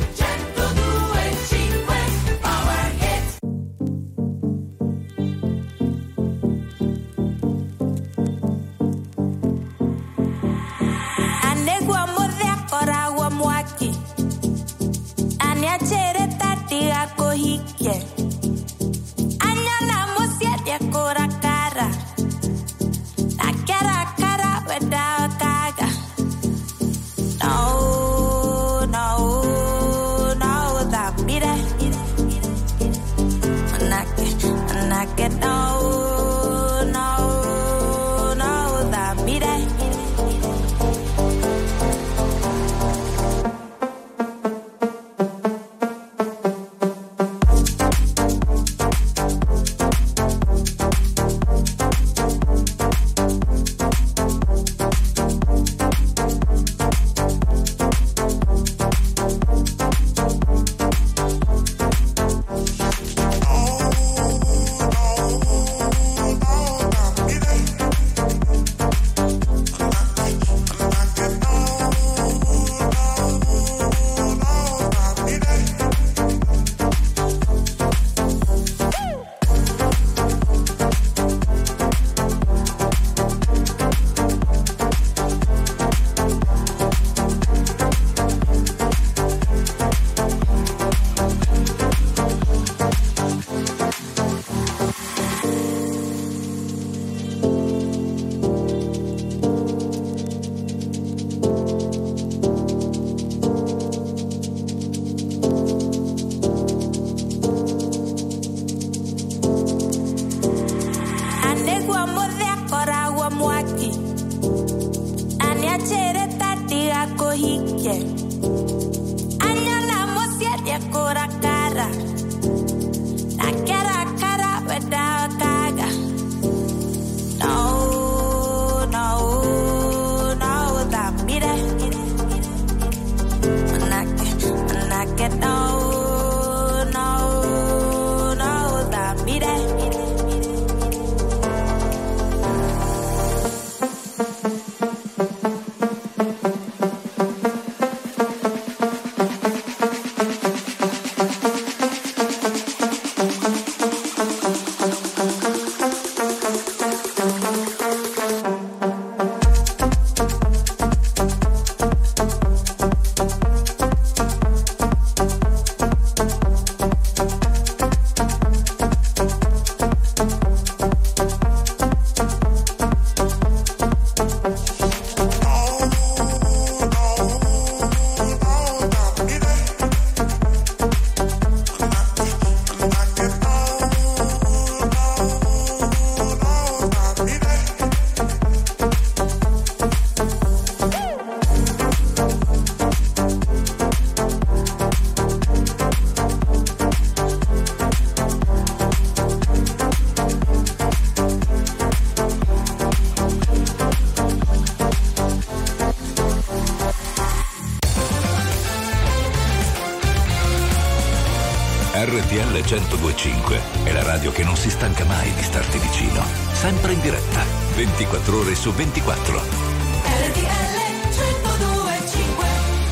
S4: R T L centodue e cinque è la radio che non si stanca mai di starti vicino. Sempre in diretta, ventiquattro ore su ventiquattro.
S5: R T L centodue e cinque.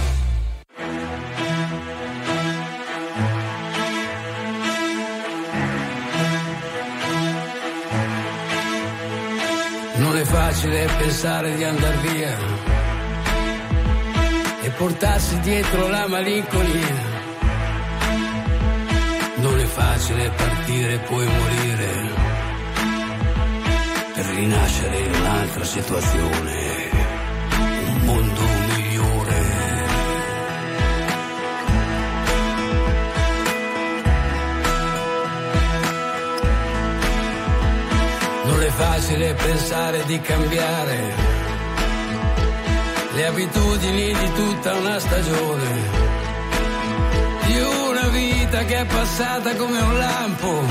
S17: Non è facile pensare di andar via e portarsi dietro la malinconia. Non è facile partire e poi morire per rinascere in un'altra situazione, un mondo migliore. Non è facile pensare di cambiare le abitudini di tutta una stagione, di una vita che è passata come un lampo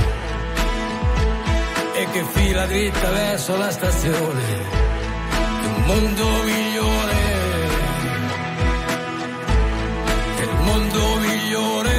S17: e che fila dritta verso la stazione di un mondo migliore, del mondo migliore.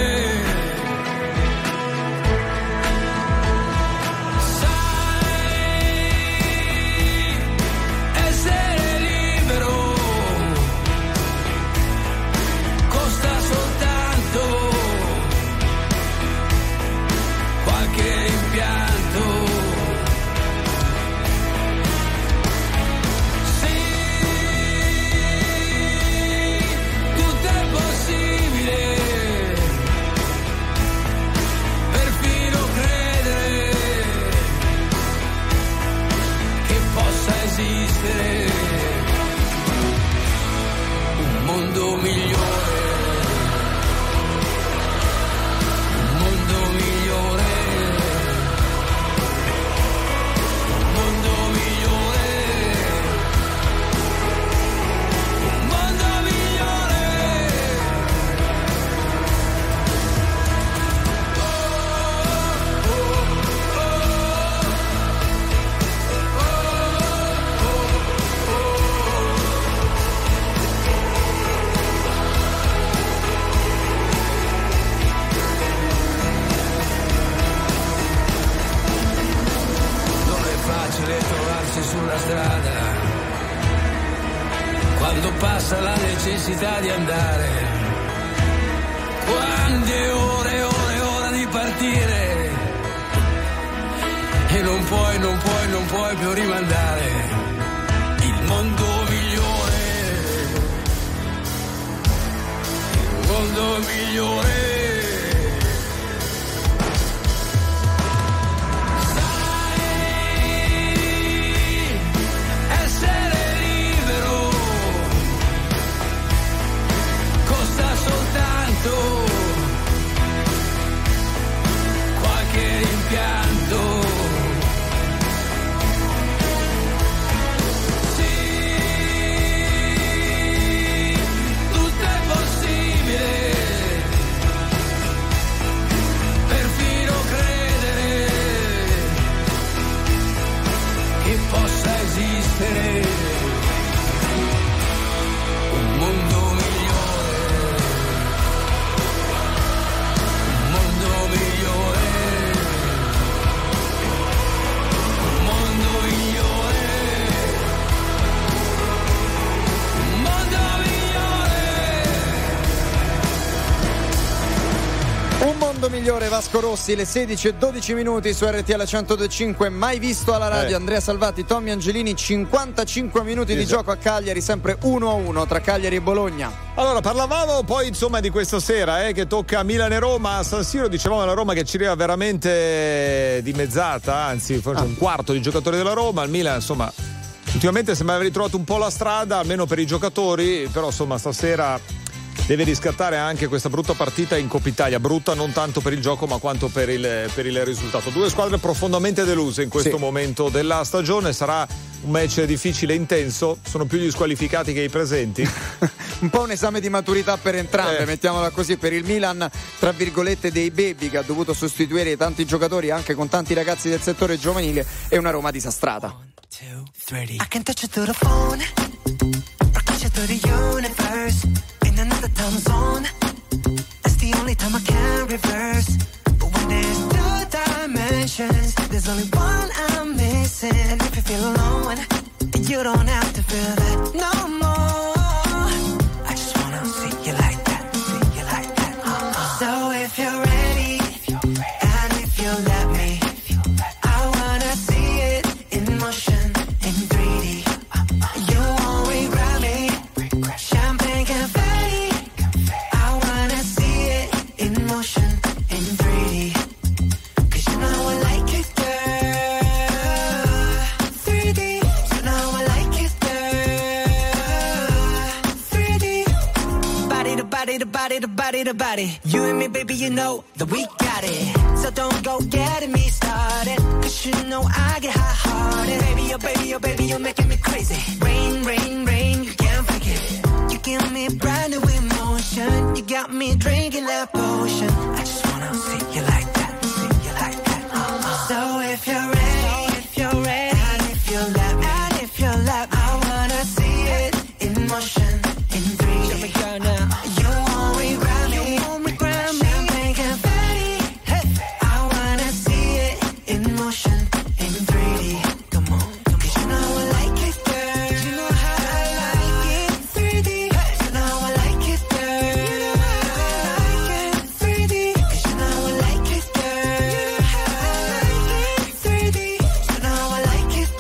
S17: Un mondo migliore, un mondo migliore, un mondo migliore, un mondo migliore. Trovarsi sulla strada quando passa la necessità di andare, quante ore e ore e ore di partire e non puoi, non puoi, non puoi più rimandare. Il mondo migliore, il mondo migliore. Qualche rimpianto, sì, tutto è possibile, perfino credere che possa esistere un mondo
S2: Un mondo migliore, Vasco Rossi, le sedici e dodici minuti su R T L centodue e cinque, mai visto alla radio. eh. Andrea Salvati, Tommy Angelini, cinquantacinque minuti esatto. di gioco a Cagliari, sempre uno a uno tra Cagliari e Bologna.
S1: Allora, parlavamo poi insomma di questa sera eh, che tocca Milan e Roma a San Siro. Dicevamo la Roma che ci arriva veramente dimezzata, anzi forse ah. un quarto di giocatori della Roma. Il Milan insomma ultimamente sembra aver ritrovato un po' la strada, almeno per i giocatori, però insomma stasera deve riscattare anche questa brutta partita in Coppa Italia, brutta non tanto per il gioco ma quanto per il, per il risultato. Due squadre profondamente deluse in questo sì. momento della stagione, sarà un match difficile e intenso, sono più gli squalificati che i presenti.
S2: Un po' un esame di maturità per entrambe, eh. mettiamola così. Per il Milan, tra virgolette, dei baby, che ha dovuto sostituire tanti giocatori anche con tanti ragazzi del settore giovanile, è una Roma disastrata. One, two, three. I can touch it through the phone, or touch it through the universe. In another time zone, that's the only time I can reverse. But when
S18: there's two dimensions. There's only one I'm missing. If you feel alone, you don't have to feel that no more. I just wanna see you like that, see you like that. Uh-uh. So if you're ready, if you're ready, and if you let me, if you let me, I wanna see it in motion, in three D. Uh-uh. You won't regret me. Regret. Champagne confetti. confetti. I wanna see it in motion, in three D. Cause you know I like it, girl. three D. You know I like it, girl. three D. Body to body to body to body to body. You and me, baby, you know that we got it. So don't go getting me started. Cause you know I get hot-hearted. Baby, oh baby, oh baby, you're making me crazy. Rain, rain, rain, you can't fake it. You give me brand new emotion. You got me drinking that potion. I just wanna see you like that, see you like that. Uh-uh. So if you're ready, if you're ready, and if you let me, and if you let me, I wanna see it in motion, in three D. Show me girl now. You won't regret me, you won't regret me. Champagne confetti. Hey, I wanna see it in motion, in three D. Come on, come on. Cause you know I like it, girl. You know how I like it, three D. You know I like it, girl. You know how I like it, three D. Cause you know I like it, girl. You know how I like it, three D. You know I like it,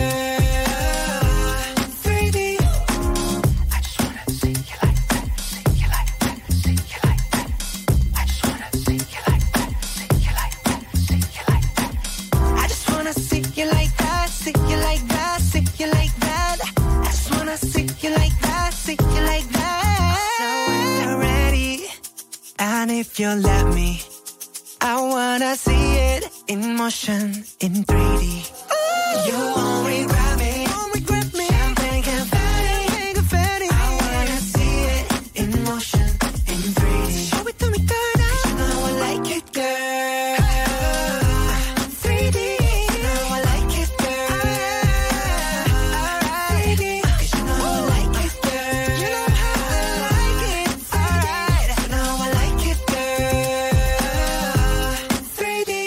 S18: girl. three D. I just wanna see you like that, see you like that, see you like that. I just wanna see you like that, see you like that, see you like that. I just wanna see you like that, see you like that, see you like that. I just wanna see you like that, see you like that. So if you're ready, and if you let me, I wanna see it in motion, in three D. You won't regret me, won't regret me. Champagne confetti, confetti. I wanna see it in motion, in three D. Show it to me, girl. Cause you know I like it, girl. three D. You know I like it, girl. Alright. three D. Cause you know I like it, girl. You know how I like it. Alright. You know I like it, girl. three D.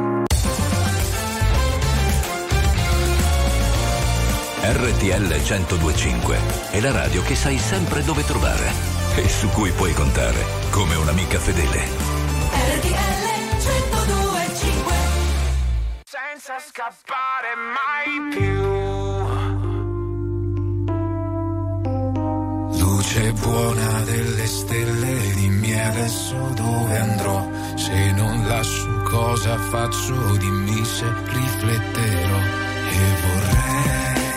S4: R T L centodue e cinque è la radio che sai sempre dove trovare e su cui puoi contare come un'amica fedele.
S5: R T L centodue e cinque.
S11: Senza scappare mai più. Luce buona delle stelle, dimmi adesso dove andrò. Se non lascio cosa faccio, dimmi se rifletterò. E vorrei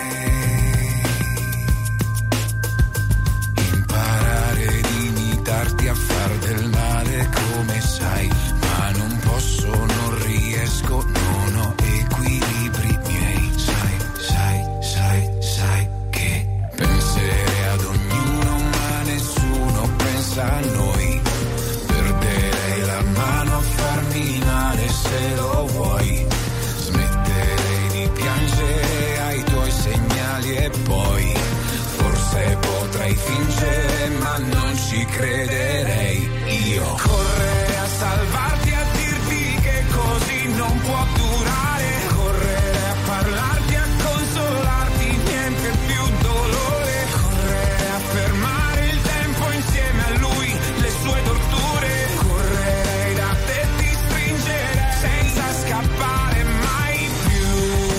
S11: imparare ad imitarti a far del male come sai, ma non posso, non riesco, non ho equilibri miei. Sai, sai, sai, sai che penserei ad ognuno ma nessuno pensa a noi. Perderei la mano a farmi male se lo vuoi. Smetterei di piangere ai tuoi segnali e poi forse potrei fingere ma non ci crederei. Io correrei a salvarti, a dirti che così non può durare. Correrei a parlarti, a consolarti, niente più dolore. Correrei a fermare il tempo insieme a lui, le sue torture. Correrei da te, ti stringerei senza scappare mai più.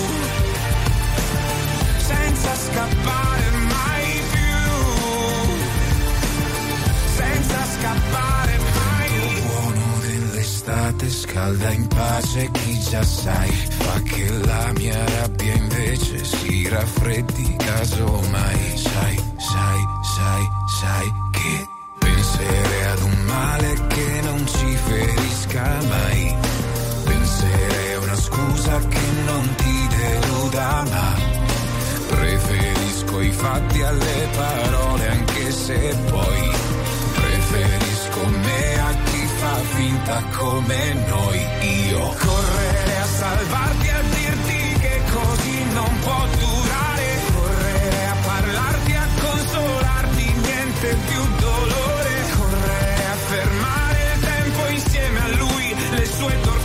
S11: Senza scappare mai più. Senza scappare mai. Il buono dell'estate scalda in pace chi già sai. Fa che la mia rabbia invece si raffreddi casomai. Sai, sai, sai, sai che penserei ad un male che non ci ferisca mai. Penserei a una scusa che non ti deluda, ma preferisco i fatti alle parole, anche se poi preferisco me a chi fa finta come noi. Io correrei a salvarti, a dirti che così non può durare. Correrei a parlarti, a consolarti, niente più dolore. Correrei a fermare il tempo insieme a lui, le sue torture.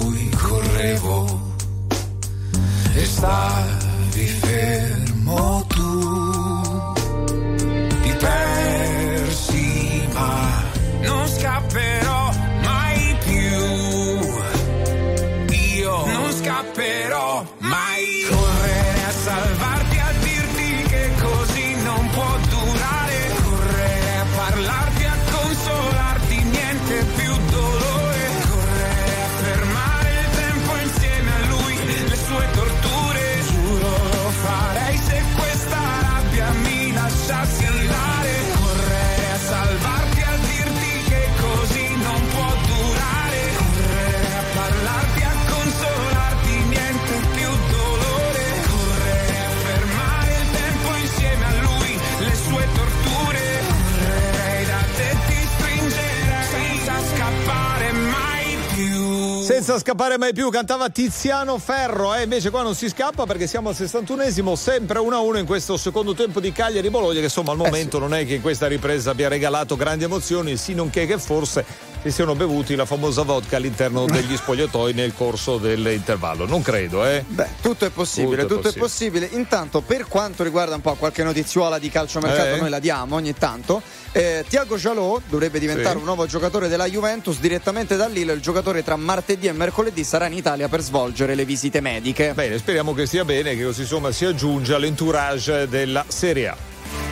S11: lui correvo e stavi fermo tu. Ti persi ma non scapperò mai più. Io non scapperò mai. Correre a salvarti, a dirti che così non può durare. Correre a parlarti, a consolarti, niente più dolore. Correre a fermare il tempo insieme a lui, le sue torture. Giuro lo farei se questa rabbia mi lasciassi andare. Correre a salvarti, a dirti che così non può durare. Correre a parlarti, a consolarti, niente più dolore. Correre a fermare il tempo insieme a lui, le sue torture. Correrei da te, ti stringerei senza scappare mai più.
S1: Senza scappare mai più, cantava Tiziano Ferro, eh? Invece qua non si scappa perché siamo al sessantunesimo, sempre uno a uno in questo secondo tempo di Cagliari-Bologna, che insomma al momento eh sì. non è che in questa ripresa abbia regalato grandi emozioni, sì non che che forse si siano bevuti la famosa vodka all'interno degli spogliatoi nel corso dell'intervallo, non credo, eh?
S2: Beh, tutto è possibile, tutto, tutto è, possibile. è possibile. Intanto, per quanto riguarda un po' qualche notiziola di calciomercato, eh. noi la diamo ogni tanto. Eh, Thiago Jalot dovrebbe diventare sì. un nuovo giocatore della Juventus, direttamente da Lille. Il giocatore tra martedì e mercoledì sarà in Italia per svolgere le visite mediche.
S1: Bene, speriamo che stia bene, che così insomma si aggiunge all'entourage della Serie A.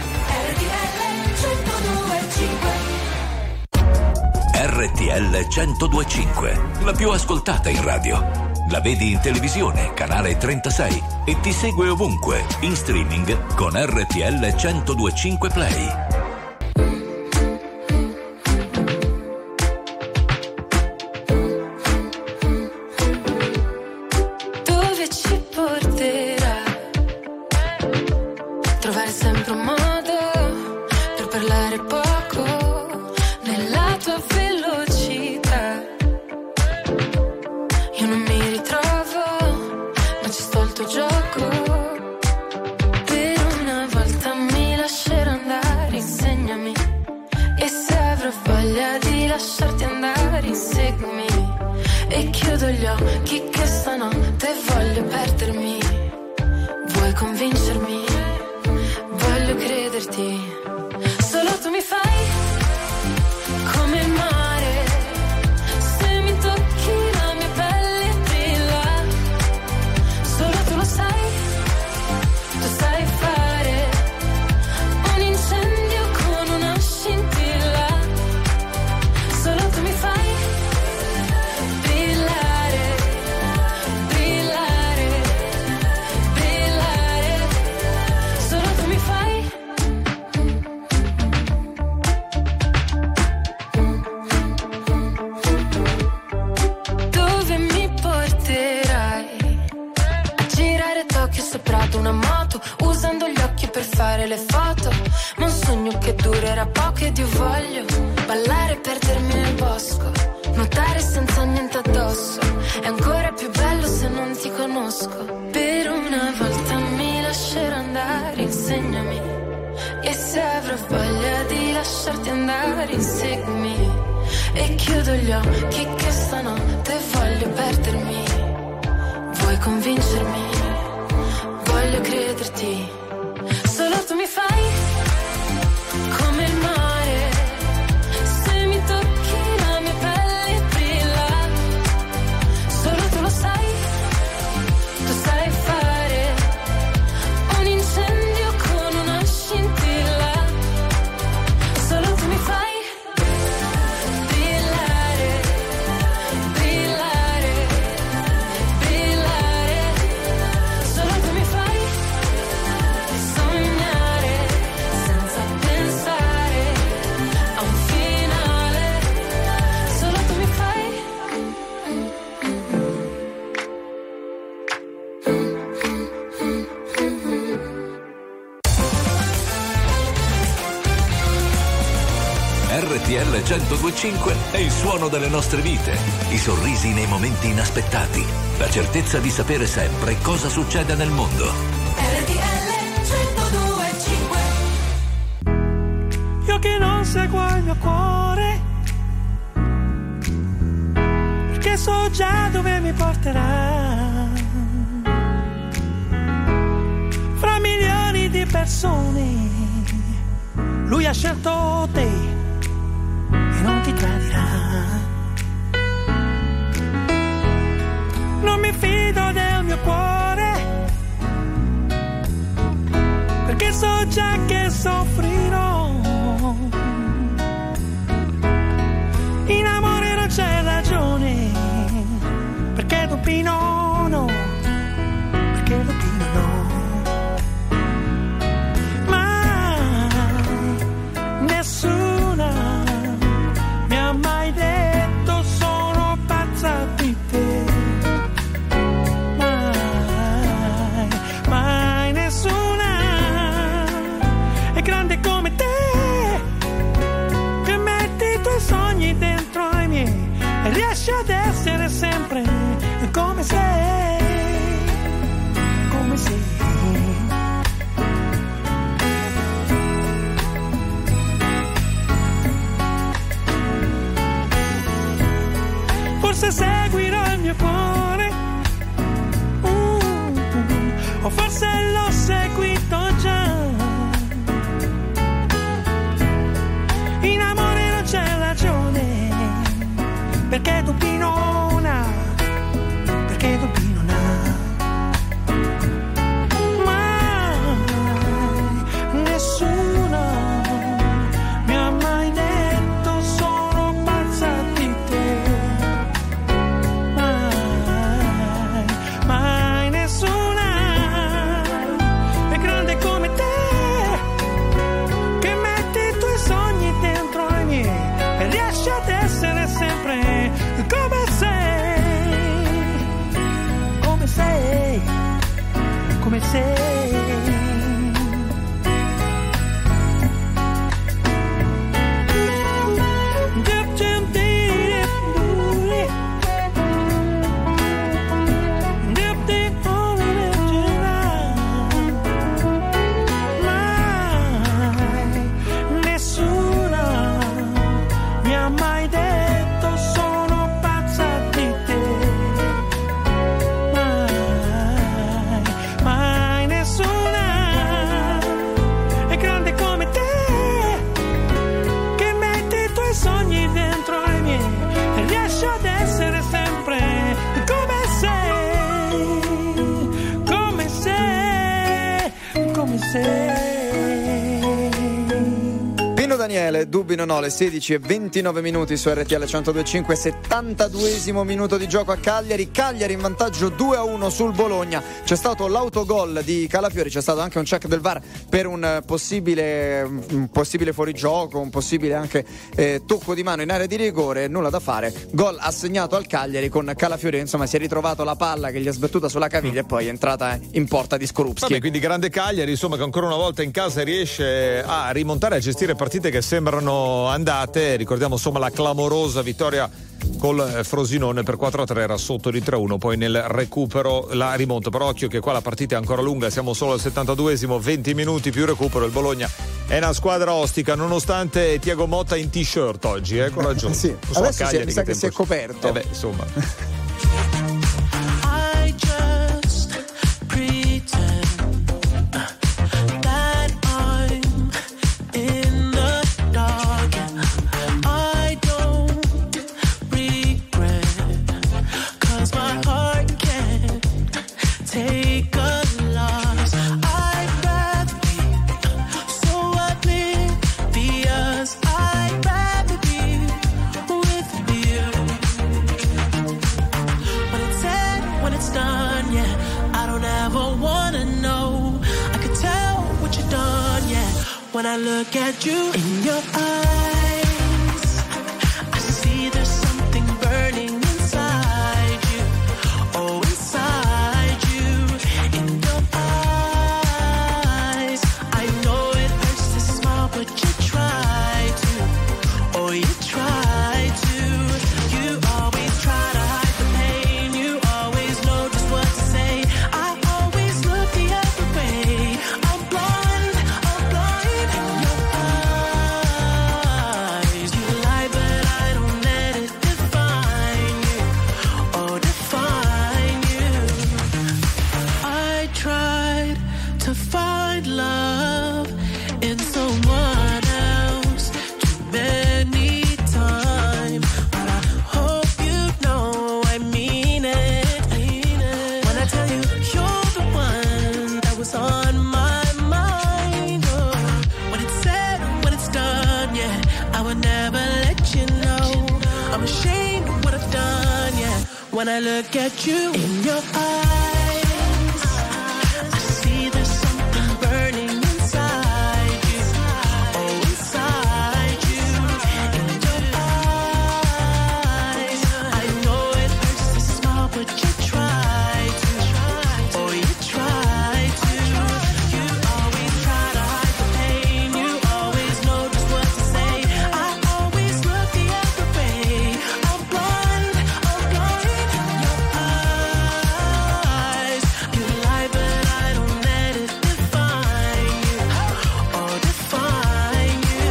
S4: R T L centodue e cinque, la più ascoltata in radio. La vedi in televisione, canale trentasei, e ti segue ovunque, in streaming con R T L centodue e cinque Play.
S7: Dove ci porterà? Trovare sempre un modo per parlare poco nella tua velocità. Io non mi ritrovo, ma ci sto il tuo gioco. Per una volta mi lascerò andare, insegnami. E se avrò voglia di lasciarti andare, inseguimi. E chiudo gli occhi che stanotte voglio perdermi. Vuoi convincermi? Voglio crederti. Solo tu mi fai come il mare. Se mi tocchi la mia pelle brilla. Solo tu lo sai. Tu sai fare un incendio con una scintilla. Solo tu mi fai brillare, brillare, brillare. Solo tu mi fai. Dove mi porterai? A girare Tokyo sopra ad una moto, usando gli occhi per fare le foto. Ma un sogno che durerà poco ed io voglio ballare e perdermi nel bosco, nuotare senza niente addosso. È ancora più bello se non ti conosco. Per una volta mi lascerò andare, insegnami. E se avrò voglia di lasciarti andare, inseguimi. E chiudo gli occhi che stanotte voglio perdermi. Vuoi convincermi? Voglio crederti. Solo tu mi fai come il mare. Se mi tocchi la mia pelle brilla. Solo tu lo sai. Tu sai fare un incendio con una scintilla. Solo tu mi fai brillare, brillare, brillare. Solo tu mi fai sognare senza pensare a un finale. Solo tu mi fai.
S4: R T L centodue e cinque è il suono delle nostre vite, i sorrisi nei momenti inaspettati, la certezza di sapere sempre cosa succede nel mondo.
S5: R T L centodue e cinque.
S10: Io che non seguo il mio cuore, perché
S19: so già dove mi porterà. Fra milioni di persone lui ha scelto te e non ti tradirà. Non mi fido del mio cuore, perché so già che soffrirò. In amore non c'è ragione, perché Dupino no, perché Dupino no. Mai nessuna mi ha mai detto sono pazza di te. Mai, mai nessuna è grande come te, che metti i tuoi sogni dentro ai miei e riesci ad essere sempre come sei, come sei. Forse seguirò il mio cuore, uh, o forse l'ho seguito già. In amore non c'è ragione, perché Dupino na, perché Dupino na. Mai nessuna mi ha mai detto sono pazza di te. Mai, mai nessuna è grande come te, che metti i tuoi sogni dentro ai miei e riesci ad essere sempre come sei, come sei, come sei.
S2: Pino Daniele, Dubino no, le sedici e ventinove minuti su R T L centodue e cinque, settantaduesimo minuto di gioco a Cagliari. Cagliari in vantaggio due a uno sul Bologna. C'è stato l'autogol di Calafiori, c'è stato anche un check del V A R per un possibile, un possibile fuorigioco, un possibile anche eh, tocco di mano in area di rigore. Nulla da fare, gol assegnato al Cagliari con Calafiori, insomma si è ritrovato la palla che gli è sbattuta sulla caviglia e poi è entrata in porta di Skorupski.
S1: Vabbè, quindi grande Cagliari, insomma, che ancora una volta in casa riesce a rimontare, a gestire partite che sembrano andate. Ricordiamo insomma la clamorosa vittoria col Frosinone per quattro a tre, era sotto di tre a uno, poi nel recupero la rimonta. Però occhio che qua la partita è ancora lunga, siamo solo al settantaduesimo, venti minuti più recupero. Il Bologna è una squadra ostica, nonostante Thiago Motta in t-shirt oggi, eh, coraggioso.
S2: Sì,
S1: so,
S2: adesso
S1: Cagliari,
S2: si è, mi sa che si è coperto.
S1: Eh beh, insomma.
S20: When I look at you in your eyes, I see there's something burning inside you. Oh, inside you, in your eyes. I know it hurts to smile, but you try to. Oh, you try to. You always try to hide the pain. You always know just what to say. I always look the other way. I'm blind, I'm blind. when I look at you. In your eyes, I see there's something burning inside you. Oh, inside you. In your eyes, I know it hurts to smile, but you try to. Oh, you try to. You always try to hide the pain. You always know just what to say. I always look the other way. I'm blind, I'm blind in your eyes. You lie, but I don't let it define you. Oh, define you.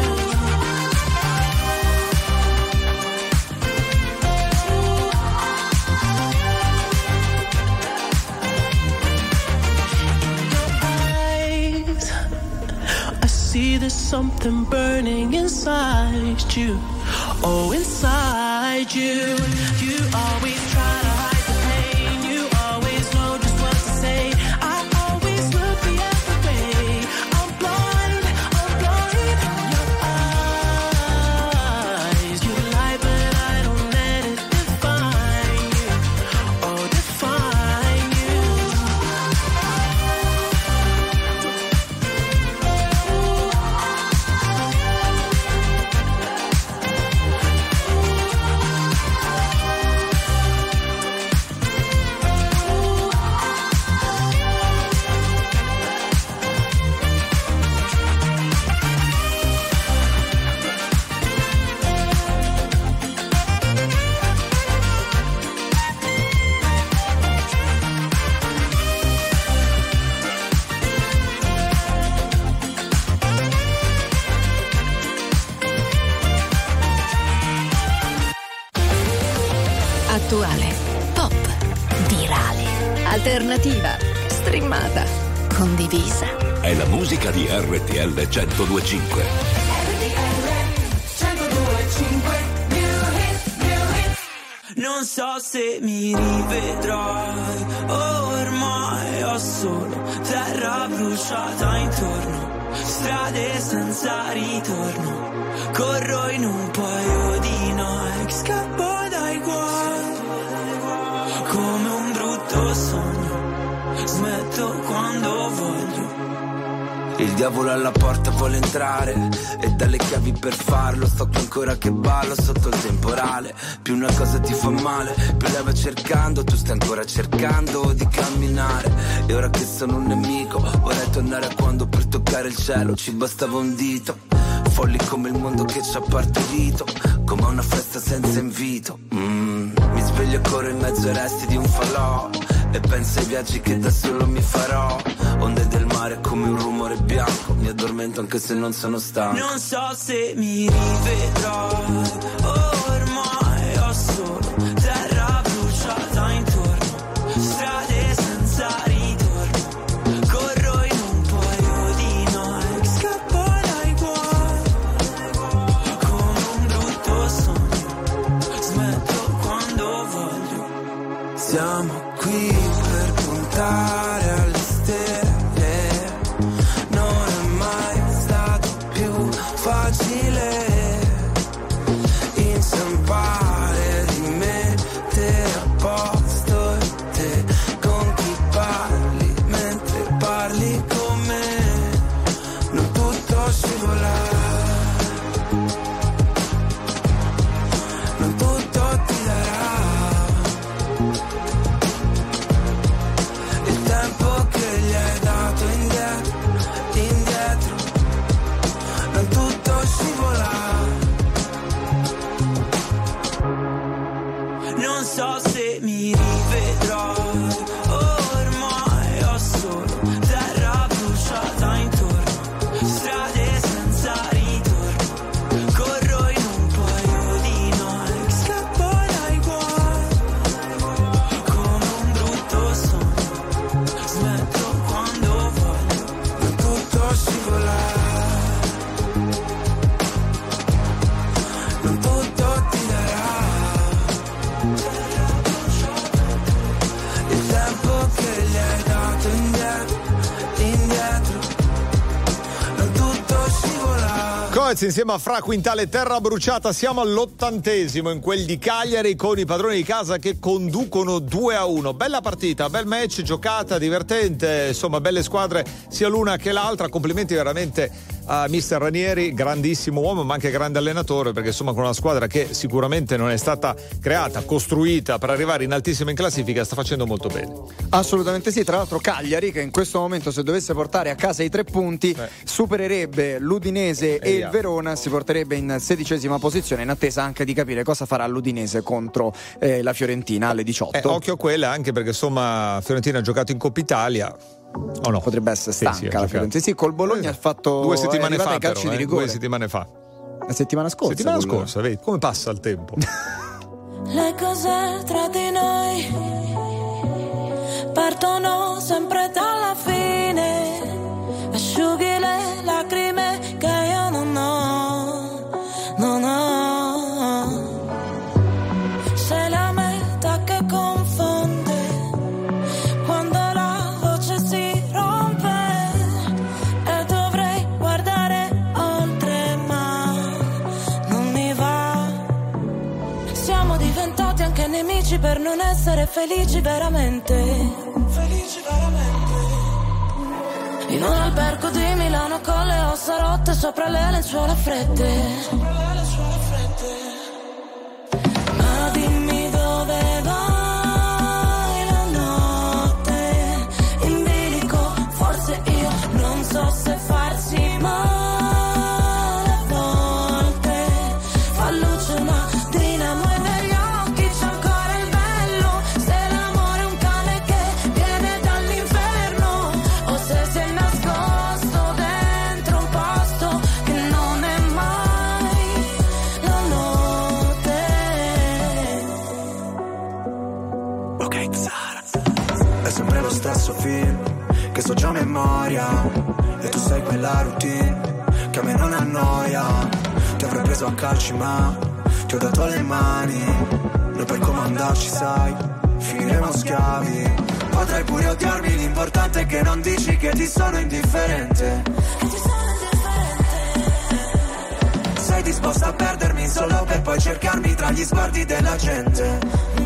S20: Eyes, I see there's something burning inside you. Oh, inside you. You always try to hide the pain. You always know just what to say. I always look the other way. I'm blind, I'm blind in your eyes. You lie, but I don't let it define you. Oh, define you.
S12: Attuale, pop, virale, alternativa, streamata, condivisa.
S4: È la musica di R T L centodue e cinque.
S6: Non so se mi rivedrai, ormai ho solo terra bruciata intorno, strade senza ritorno, corro in un paio di Nike, scappo dai guai, come un brutto sogno, smetto quando voglio.
S16: Il diavolo alla porta vuole entrare e dalle chiavi per farlo. Sto qui ancora che ballo sotto il temporale. Più una cosa ti fa male, più la vai cercando. Tu stai ancora cercando di camminare. E ora che sono un nemico vorrei tornare a quando per toccare il cielo ci bastava un dito. Folli come il mondo che ci ha partorito, come una festa senza invito. mm. Mi sveglio e corro in mezzo ai resti di un falò e penso ai viaggi che da solo mi farò. Onde del mare come un rumore bianco, mi addormento anche se non sono stanco.
S6: Non so se mi rivedrai, ormai ho solo terra bruciata intorno, strade senza ritorno, corro in un paio di Nike, scappo dai guai, come un brutto sogno, smetto quando voglio.
S16: Siamo qui per puntare alle stelle. Non è mai stato più facile inciampare, rimettere a posto e te con chi parli mentre parli con me. Non tutto scivola, non tutto ti darà il tempo che gli hai dato.
S1: Fedez insieme a Fra Quintale, Terra Bruciata. Siamo all'ottantesimo in quel di Cagliari con i padroni di casa che conducono due a uno. Bella partita, bel match, giocata, divertente, insomma belle squadre sia l'una che l'altra. Complimenti veramente a mister Ranieri, grandissimo uomo ma anche grande allenatore, perché insomma con una squadra che sicuramente non è stata creata, costruita per arrivare in altissima in classifica, sta facendo molto bene.
S2: Assolutamente sì, tra l'altro Cagliari che in questo momento se dovesse portare a casa i tre punti eh. supererebbe l'Udinese e, e il Verona, si porterebbe in sedicesima posizione, in attesa anche di capire cosa farà l'Udinese contro eh, la Fiorentina alle diciotto.
S1: Eh, occhio a quella, anche perché insomma Fiorentina ha giocato in Coppa Italia.
S2: Oh no. Potrebbe essere stanca sì, sì, la Fiorentina. Sì, col Bologna ha fatto
S1: due settimane fa,
S2: ai calci
S1: però,
S2: di
S1: eh,
S2: rigore.
S1: due settimane fa.
S2: La settimana scorsa.
S1: Settimana scorsa, vedi come passa il tempo.
S5: Le cose tra di noi partono sempre dalla fine. Asciughi le lacrime che io non ho, non ho. Sei la meta che confonde quando la voce si rompe e dovrei guardare oltre ma non mi va. Siamo diventati anche nemici per non essere felici veramente. Felici veramente. In un albergo di Milano con le ossa rotte sopra le lenzuola fredde. Sopra le lenzuola fredde. Ma dimmi dove vai la notte in bilico. Forse io non so se farsi male a volte. Fa luce una dinamo e negli occhi c'è ancora il bello. Se l'amore è un cane che viene dall'inferno o se sei nascosto dentro un posto che non è mai la notte.
S6: Ok, Zara. È sempre lo stesso film che so già a memoria e tu sai quella routine che a me non annoia. Ti avrei preso a calci ma ti ho dato le mani. Noi per comandarci sai finiremo schiavi. Potrai pure odiarmi, l'importante è che non dici che ti sono indifferente. Sei disposta a perdermi solo per poi cercarmi tra gli sguardi della gente.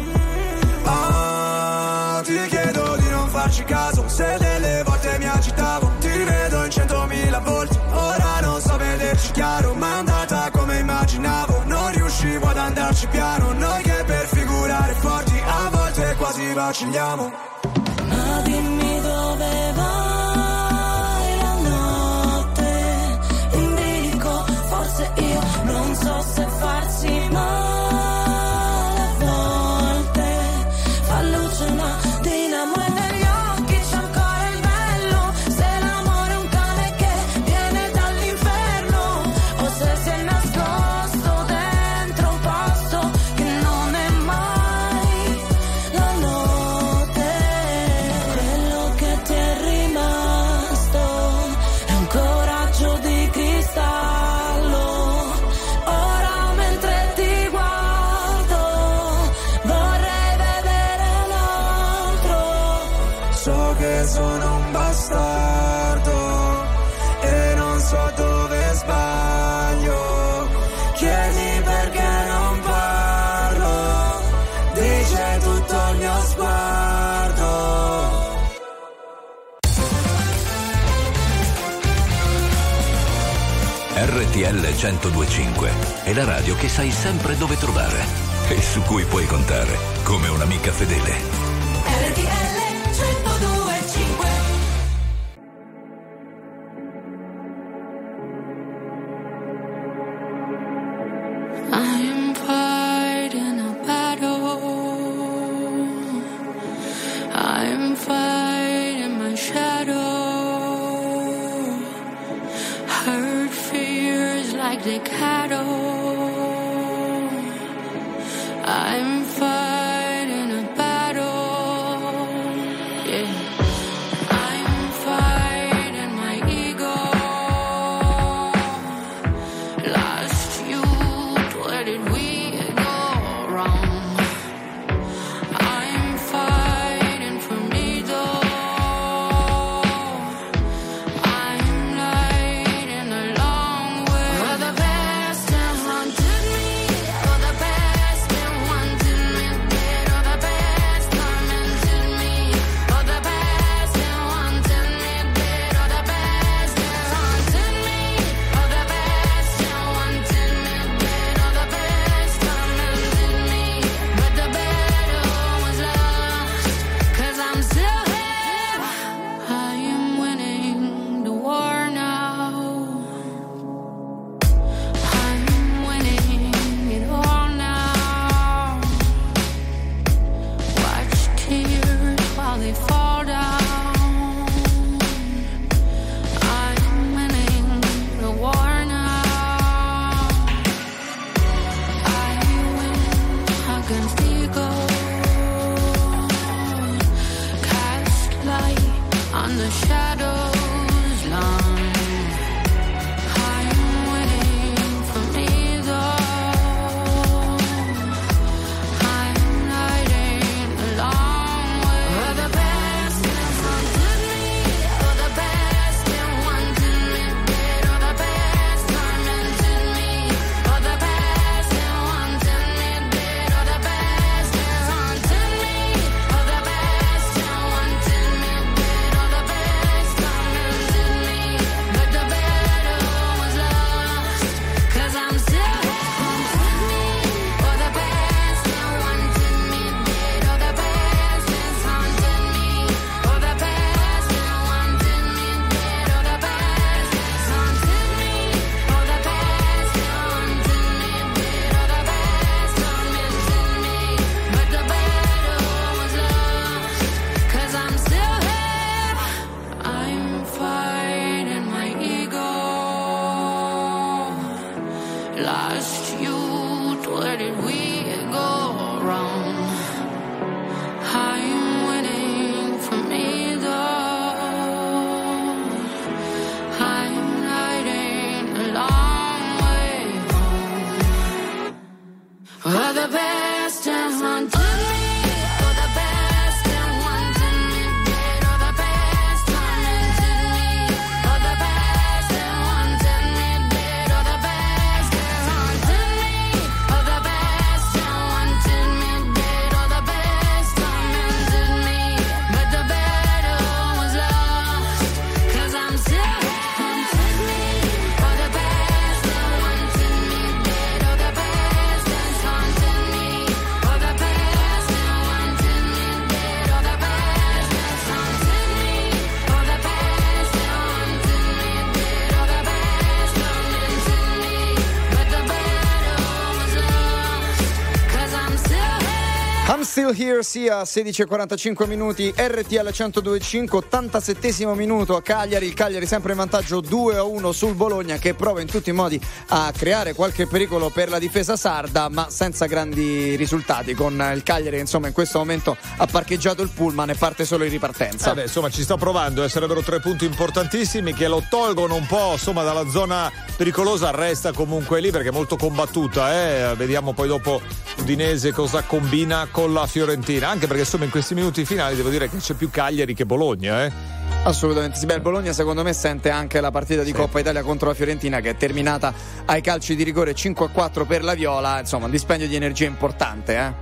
S6: Ah, ti chiedo di non farci caso, se delle volte mi agitavo. Ti rivedo in centomila volte, ora non so vederci chiaro. Ma è andata come immaginavo, non riuscivo ad andarci piano. Noi che per figurare forti a volte quasi vacilliamo.
S5: Ma dimmi dove vai la notte in bilico. Forse io non so se farsi male a volte. Fa luce una dinamo e negli occhi c'è ancora il bello. Se l'amore è un cane che viene dall'inferno o se si è nascosto dentro un posto che non è mai la notte. Quello che ti è rimasto è un coraggio di cristallo. Ora mentre ti guardo vorrei vedere l'altro.
S6: So che sono un bastardo e non so dove sbaglio. Chiedi perché non parlo, dice tutto il mio sguardo.
S4: R T L centodue e cinque è la radio che sai sempre dove trovare e su cui puoi contare come un'amica fedele.
S5: R T L centodue e cinque. I am fighting a battle. I am fighting my shadow. Hurt fears like the cattle. I'm fighting a battle. Yeah. I'm fighting my ego. Last youth, where did we go wrong? I'm fighting for neither. I'm lighting a long way. and the shadows long. I'm waiting for me though. I'm hiding a long way. Oh, the best has wanted me. Oh, the best and wanted me dead. Oh, the best tormented me. Oh, the best and wanted me dead. Oh, the best has haunted me. Oh, the best and wanted me dead. Oh, the best tormented me. But the battle was lost, 'cause I'm still haunted me. Oh, the best and wanted me dead. Oh, the best has haunted me. Oh, the best and wanted me dead. Oh, the best has haunted me. Oh, the best and wanted me dead. Oh, the best tormented me. But the battle was lost, 'cause I'm still here. I'm fighting my ego. Lost youth, where did we go wrong? I'm waiting for me though. I'm hiding a long way home. Oh, the best has haunted me. Oh, the best and wanted me dead. Oh, the best tormented me. Oh, the best and wanted me dead. Oh, the best has haunted me. Oh, the best and wanted me dead. Oh, the best tormented me. But the battle was lost, 'cause I'm still haunted me. Oh, the best and wanted me dead. Oh, the best has haunted me. Oh, the best and wanted me dead. Oh, the best has haunted me. Oh, the best and wanted me dead. Oh, the best tormented me. But the battle was lost, 'cause I'm still here.
S2: I'm still here, sia sedici e quarantacinque minuti, R T L centodue e cinque, ottantasettesimo minuto a Cagliari, il Cagliari sempre in vantaggio due a uno sul Bologna, che prova in tutti i modi a creare qualche pericolo per la difesa sarda, ma senza grandi risultati, con il Cagliari insomma in questo momento ha parcheggiato il pullman e parte solo in ripartenza.
S1: Eh beh, insomma ci sta provando, eh, sarebbero tre punti importantissimi che lo tolgono un po' insomma dalla zona pericolosa, resta comunque lì perché è molto combattuta, eh. Vediamo poi dopo Udinese cosa combina con la Fiorentina, anche perché insomma in questi minuti finali devo dire che c'è più Cagliari che Bologna, eh.
S2: Assolutamente sì, beh, il Bologna secondo me sente anche la partita di
S1: Sì.
S2: Coppa Italia contro la Fiorentina, che è terminata ai calci di rigore cinque a quattro per la Viola, insomma un dispendio di energia importante, eh.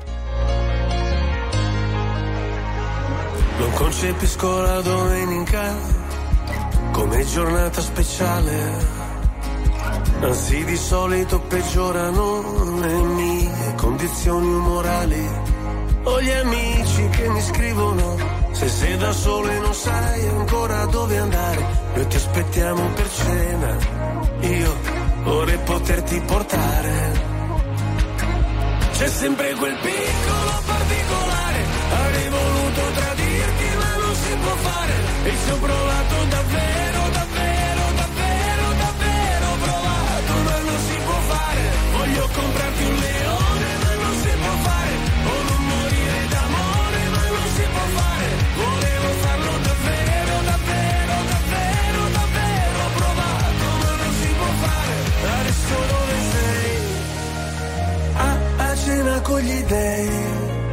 S11: Non concepisco la domenica come giornata speciale, anzi di solito peggiorano le mie condizioni umorali. Ho gli amici che mi scrivono: se sei da solo e non sai ancora dove andare, noi ti aspettiamo per cena, io vorrei poterti portare. C'è sempre quel piccolo particolare, avrei voluto tradirti ma non si può fare, e ci ho provato davvero, davvero, davvero, davvero provato, ma non si può fare. Voglio comprarti un leone ma non si può fare, o non morire d'amore ma non si può fare. Volevo farlo davvero, davvero, davvero, davvero provato, ma non si può fare. Adesso dove sei? A, a cena con gli dèi,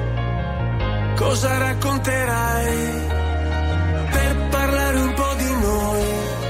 S11: cosa racconterai per parlare un po' di noi?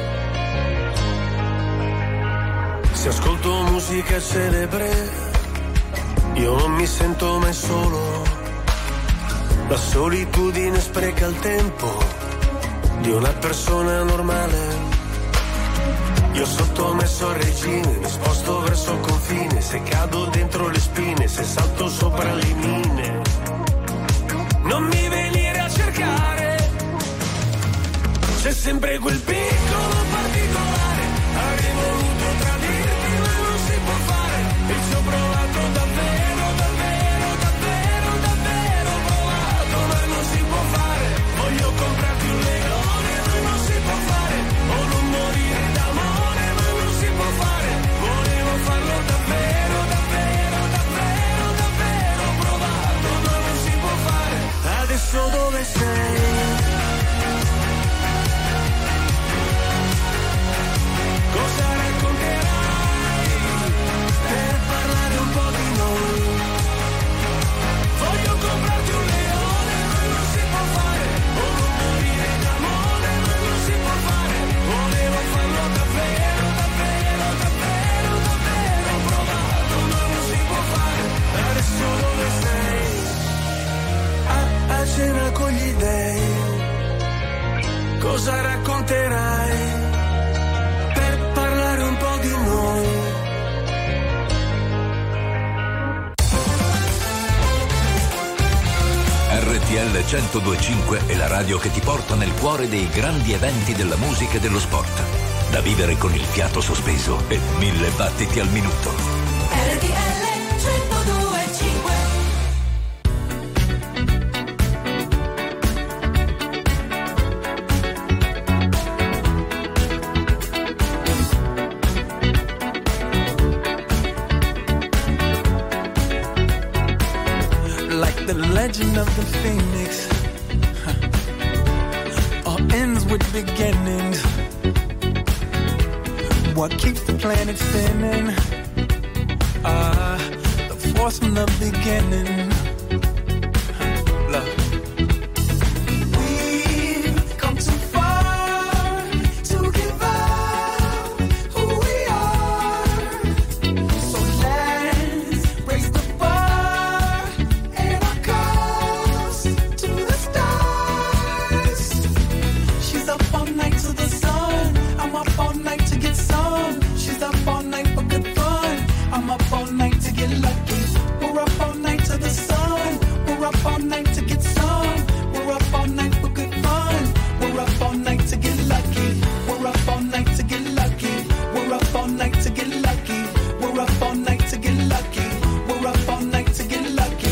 S11: Se ascolto musica celebre, io non mi sento mai solo. La solitudine spreca il tempo di una persona normale. Io sottomesso al regime, mi sposto verso il confine, se cado dentro le spine, se salto sopra le mine. Non mi venire a cercare, c'è sempre quel piccolo particolare, avrei voluto tradirti ma non si può fare, e ci ho provato davvero, davvero, davvero, davvero provato, ma non si può fare. Voglio comprarti un leone ma non si può fare, o non morire d'amore ma non si può fare. Volevo farlo davvero, davvero, davvero, davvero provato, ma non si può fare. Adesso dove sei? cosa racconterai per parlare un po' di noi?
S4: R T L centodue e cinque è la radio che ti porta nel cuore dei grandi eventi della musica e dello sport. Da vivere con il fiato sospeso e mille battiti al minuto.
S5: R T L centodue e cinque.
S11: Like the legend of the phoenix, huh. All ends with beginnings. What keeps the planet spinning? Ah, uh, the force from the beginning. Huh. Love. We've come too far to give up who we are. So let's raise the bar and our cups to the stars. She's up all night to the sun. I'm up all night to get some. She's up all night for good fun. I'm up all night to get lucky. We're up all night to the sun. We're up all night to get some. We're up all night for good fun. We're up all night to get lucky. We're up all night to get lucky. We're up all night to get lucky. We're up all night to get lucky. We're up all night to get lucky.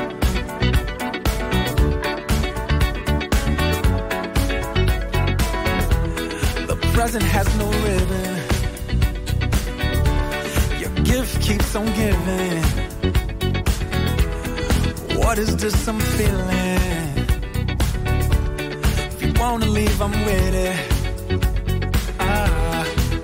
S11: The present has no ribbon. Your gift keeps on giving. What is this I'm feeling? If you wanna leave, I'm with it. Ah.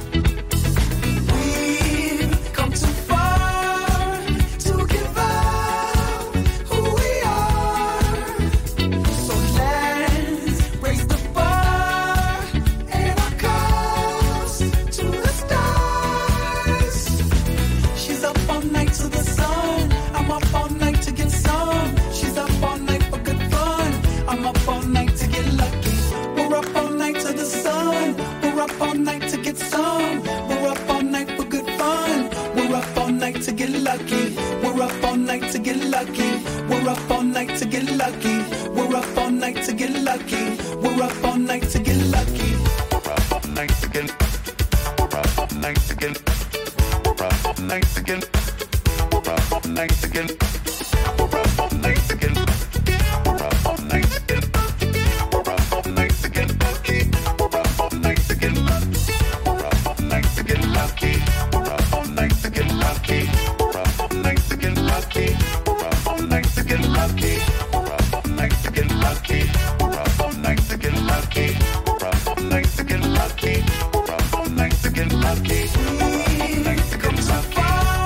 S11: We've come too far to give up who we are. So let's raise the bar and our cups to the stars. She's up all night to the sun. I'm up all night to get some. She's up all night for good fun. I'm up all night to get lucky. We're up all night to the sun. We're up all night to get some. We're up all night for good fun. We're up all night to get lucky. We're up all night to get lucky. We're up all night to get lucky. We're up all night to get lucky. We're up all night to get lucky. We're up all night to get. We're up all night to get. We're up all night to get. We're up all night to get. We're up all night to get. We're up all night to get. We're up all night to get lucky. We're up all night to get lucky. We're up all night to get lucky. We're up all night to get lucky. We're up all night to get lucky. We're up all night to get lucky. We're up all night to get lucky. We're up all night to get lucky. We're up all night to get lucky. We're up all night to get lucky. We're up all night to get lucky.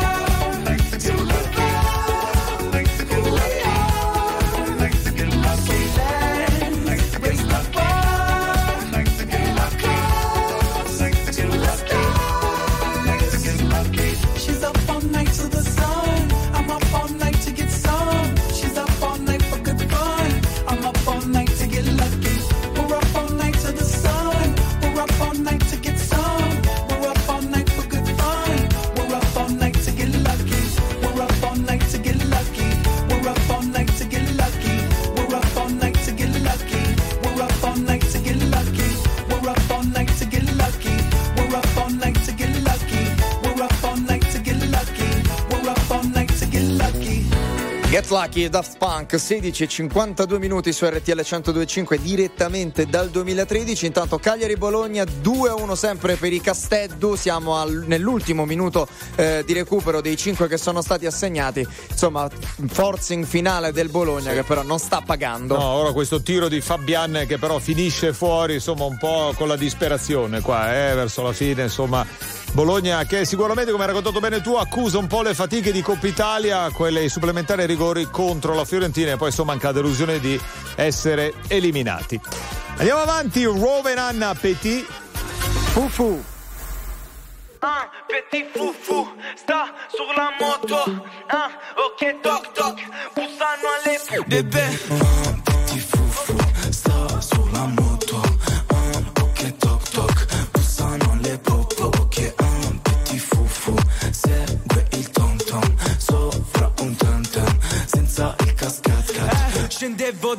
S2: Get Lucky, Daft Punk, sedici e cinquantadue minuti su R T L centodue e cinque direttamente dal duemilatredici. Intanto Cagliari-Bologna due a uno sempre per i Casteddu. Siamo al, nell'ultimo minuto eh, di recupero dei cinque che sono stati assegnati. Insomma, forcing finale del Bologna, sì, che però non sta pagando.
S1: No, ora questo tiro di Fabian che però finisce fuori, insomma, un po' con la disperazione qua, eh, verso la fine, insomma. Bologna che sicuramente, come hai raccontato bene tu, accusa un po' le fatiche di Coppa Italia, quelle supplementari rigori contro la Fiorentina, e poi insomma anche la delusione di essere eliminati. Andiamo avanti, Rovenan Petit Fufu.
S21: Un petit foufou sta sulla moto, un ok toc toc, bussano alle fu.
S11: Bébé, un petit foufou sta sulla moto, un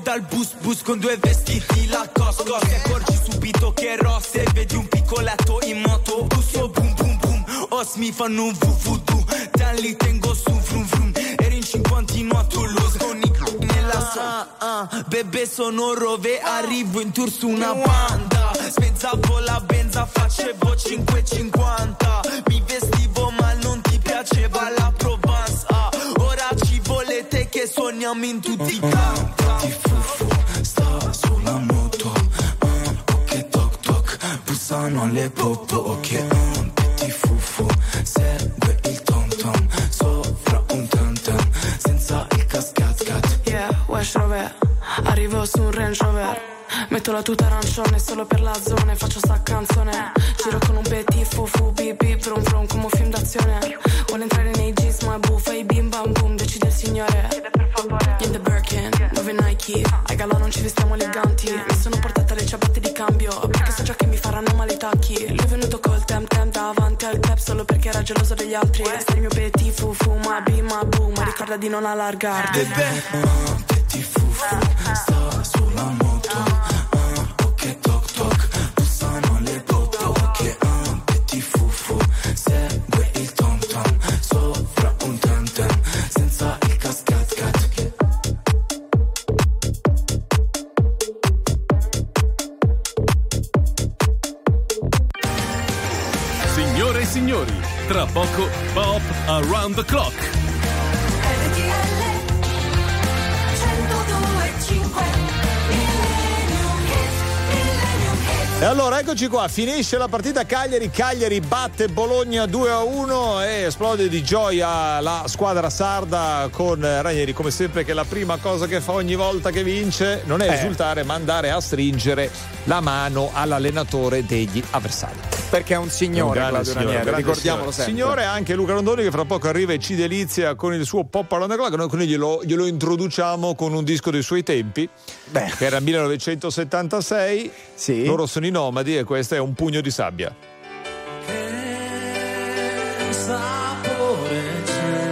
S16: porta il bus bus con due vestiti la cosco. Ti accorgi subito che è rosse, vedi un piccoletto in moto. Busso boom boom boom, os mi fanno un vuvudu. Dan li tengo su frum frum. Eri in cinquantino a Toulouse con i c***i nella sa. Ah, ah, bebè sono Rove, arrivo in tour su una banda. Spezzavo la benza, facevo cinque e cinquanta. Mi vestivo ma non ti piaceva la Provence. Ah, ora ci volete che suoniamo in tutti i campi.
S11: Ti fufu, sta sulla moto. Uh, ok toc toc, bussano alle popo. Ok, un petit fufu, segue il tom tom. Sopra un tam tam, senza il cascat cat.
S8: Yeah, Wesh Rover, arrivo su un Range Rover. Metto la tuta arancione solo per la zona e faccio sta canzone. Giro con un petit fufu, bip bip, brum brum come un film d'azione. Vuole entrare nei jeans ma buffa i bim bam boom, decide il signore. In the Birkin, dove Nike, ai galà non ci vestiamo eleganti. Mi sono portata le ciabatte di cambio, perché so già che mi faranno male i tacchi. Lui è venuto col tem tem davanti al club solo perché era geloso degli altri. Sei il mio petit fufu, ma bim ma boom, ma ricorda di non allargarti.
S11: Bebè, uh, petit fufu, sta sulla moto. Uh, ok toc toc, bussano le popo. Ok, un petit fufu, segue il tom tom. Sopra un tam tam, senza il cascat cat.
S22: Signore e signori, tra poco Pop Around the Clock.
S1: E allora eccoci qua, finisce la partita Cagliari, Cagliari batte Bologna due a uno e esplode di gioia la squadra sarda con Ranieri come sempre che la prima cosa che fa ogni volta che vince non è eh. esultare ma andare a stringere la mano all'allenatore degli avversari.
S2: Perché è un signore, un Claudio Ranieri, signore, ricordiamolo sempre.
S1: Signore anche Luca Rondoni che fra poco arriva e ci delizia con il suo Pop Around the Clock. Noi quindi glielo, glielo introduciamo con un disco dei suoi tempi. Beh. Che era millenovecentosettantasei. Sì. Loro sono i Nomadi e questo è Un pugno di sabbia.
S23: Che sapore c'è,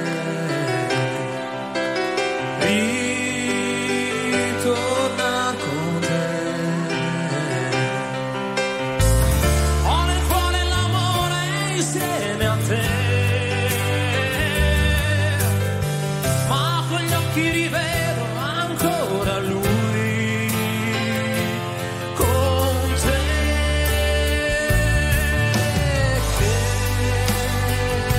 S23: ritorna con te. Ho nel cuore l'amore insieme a te, ma con gli occhi rivedo ancora lui. Con te che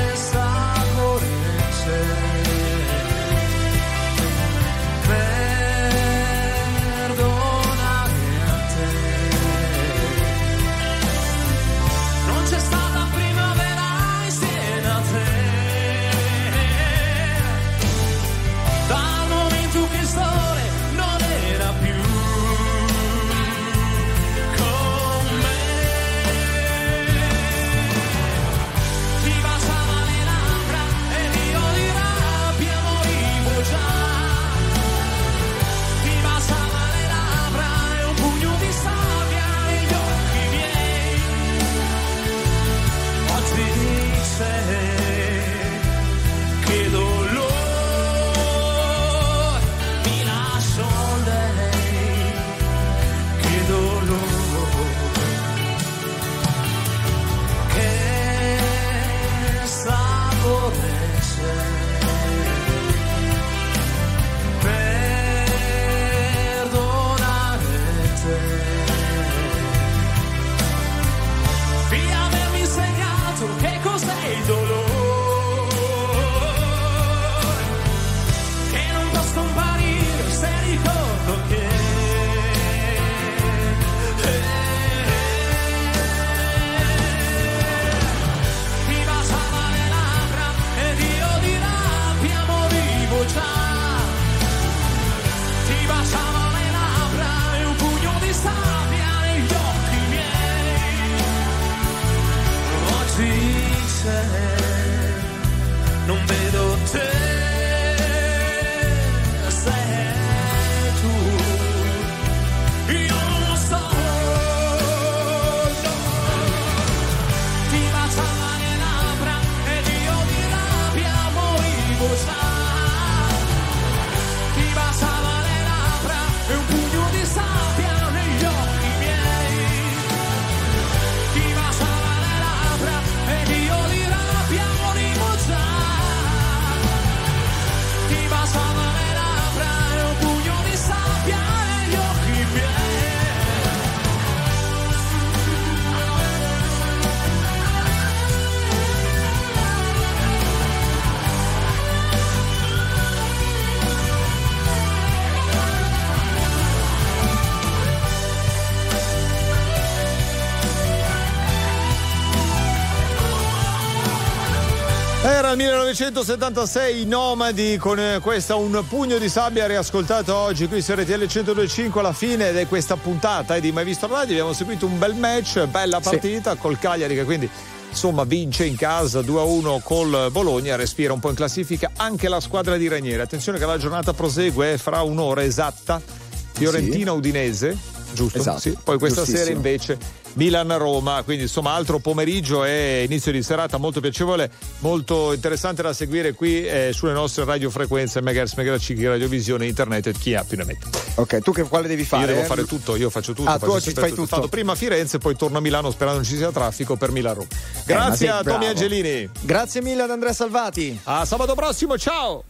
S1: Era il millenovecentosettantasei, i Nomadi con eh, questa Un pugno di sabbia, riascoltato oggi qui su R T L centodue e cinque alla fine di questa puntata eh, di Mai Visto Radio. Abbiamo seguito un bel match, bella partita sì. col Cagliari che quindi insomma vince in casa due a uno col Bologna, respira un po' in classifica anche la squadra di Ranieri. Attenzione che la giornata prosegue fra un'ora esatta, Fiorentina-Udinese, giusto?
S2: Esatto.
S1: Sì. Poi questa sera invece Milan-Roma, quindi insomma altro pomeriggio e inizio di serata molto piacevole, molto interessante da seguire qui eh, sulle nostre radiofrequenze Megahertz, Megahertz, Radiovisione, Internet e chi ha più ne mette.
S2: Ok, tu che quale devi fare?
S1: Io devo fare tutto, io faccio tutto.
S2: Ah,
S1: faccio
S2: tu oggi fai tutto.
S1: Vado prima a Firenze, poi torno a Milano sperando non ci sia traffico per Milan-Roma. Grazie
S2: eh,
S1: a Tommy Angelini.
S2: Grazie mille ad Andrea Salvati.
S1: A sabato prossimo, ciao!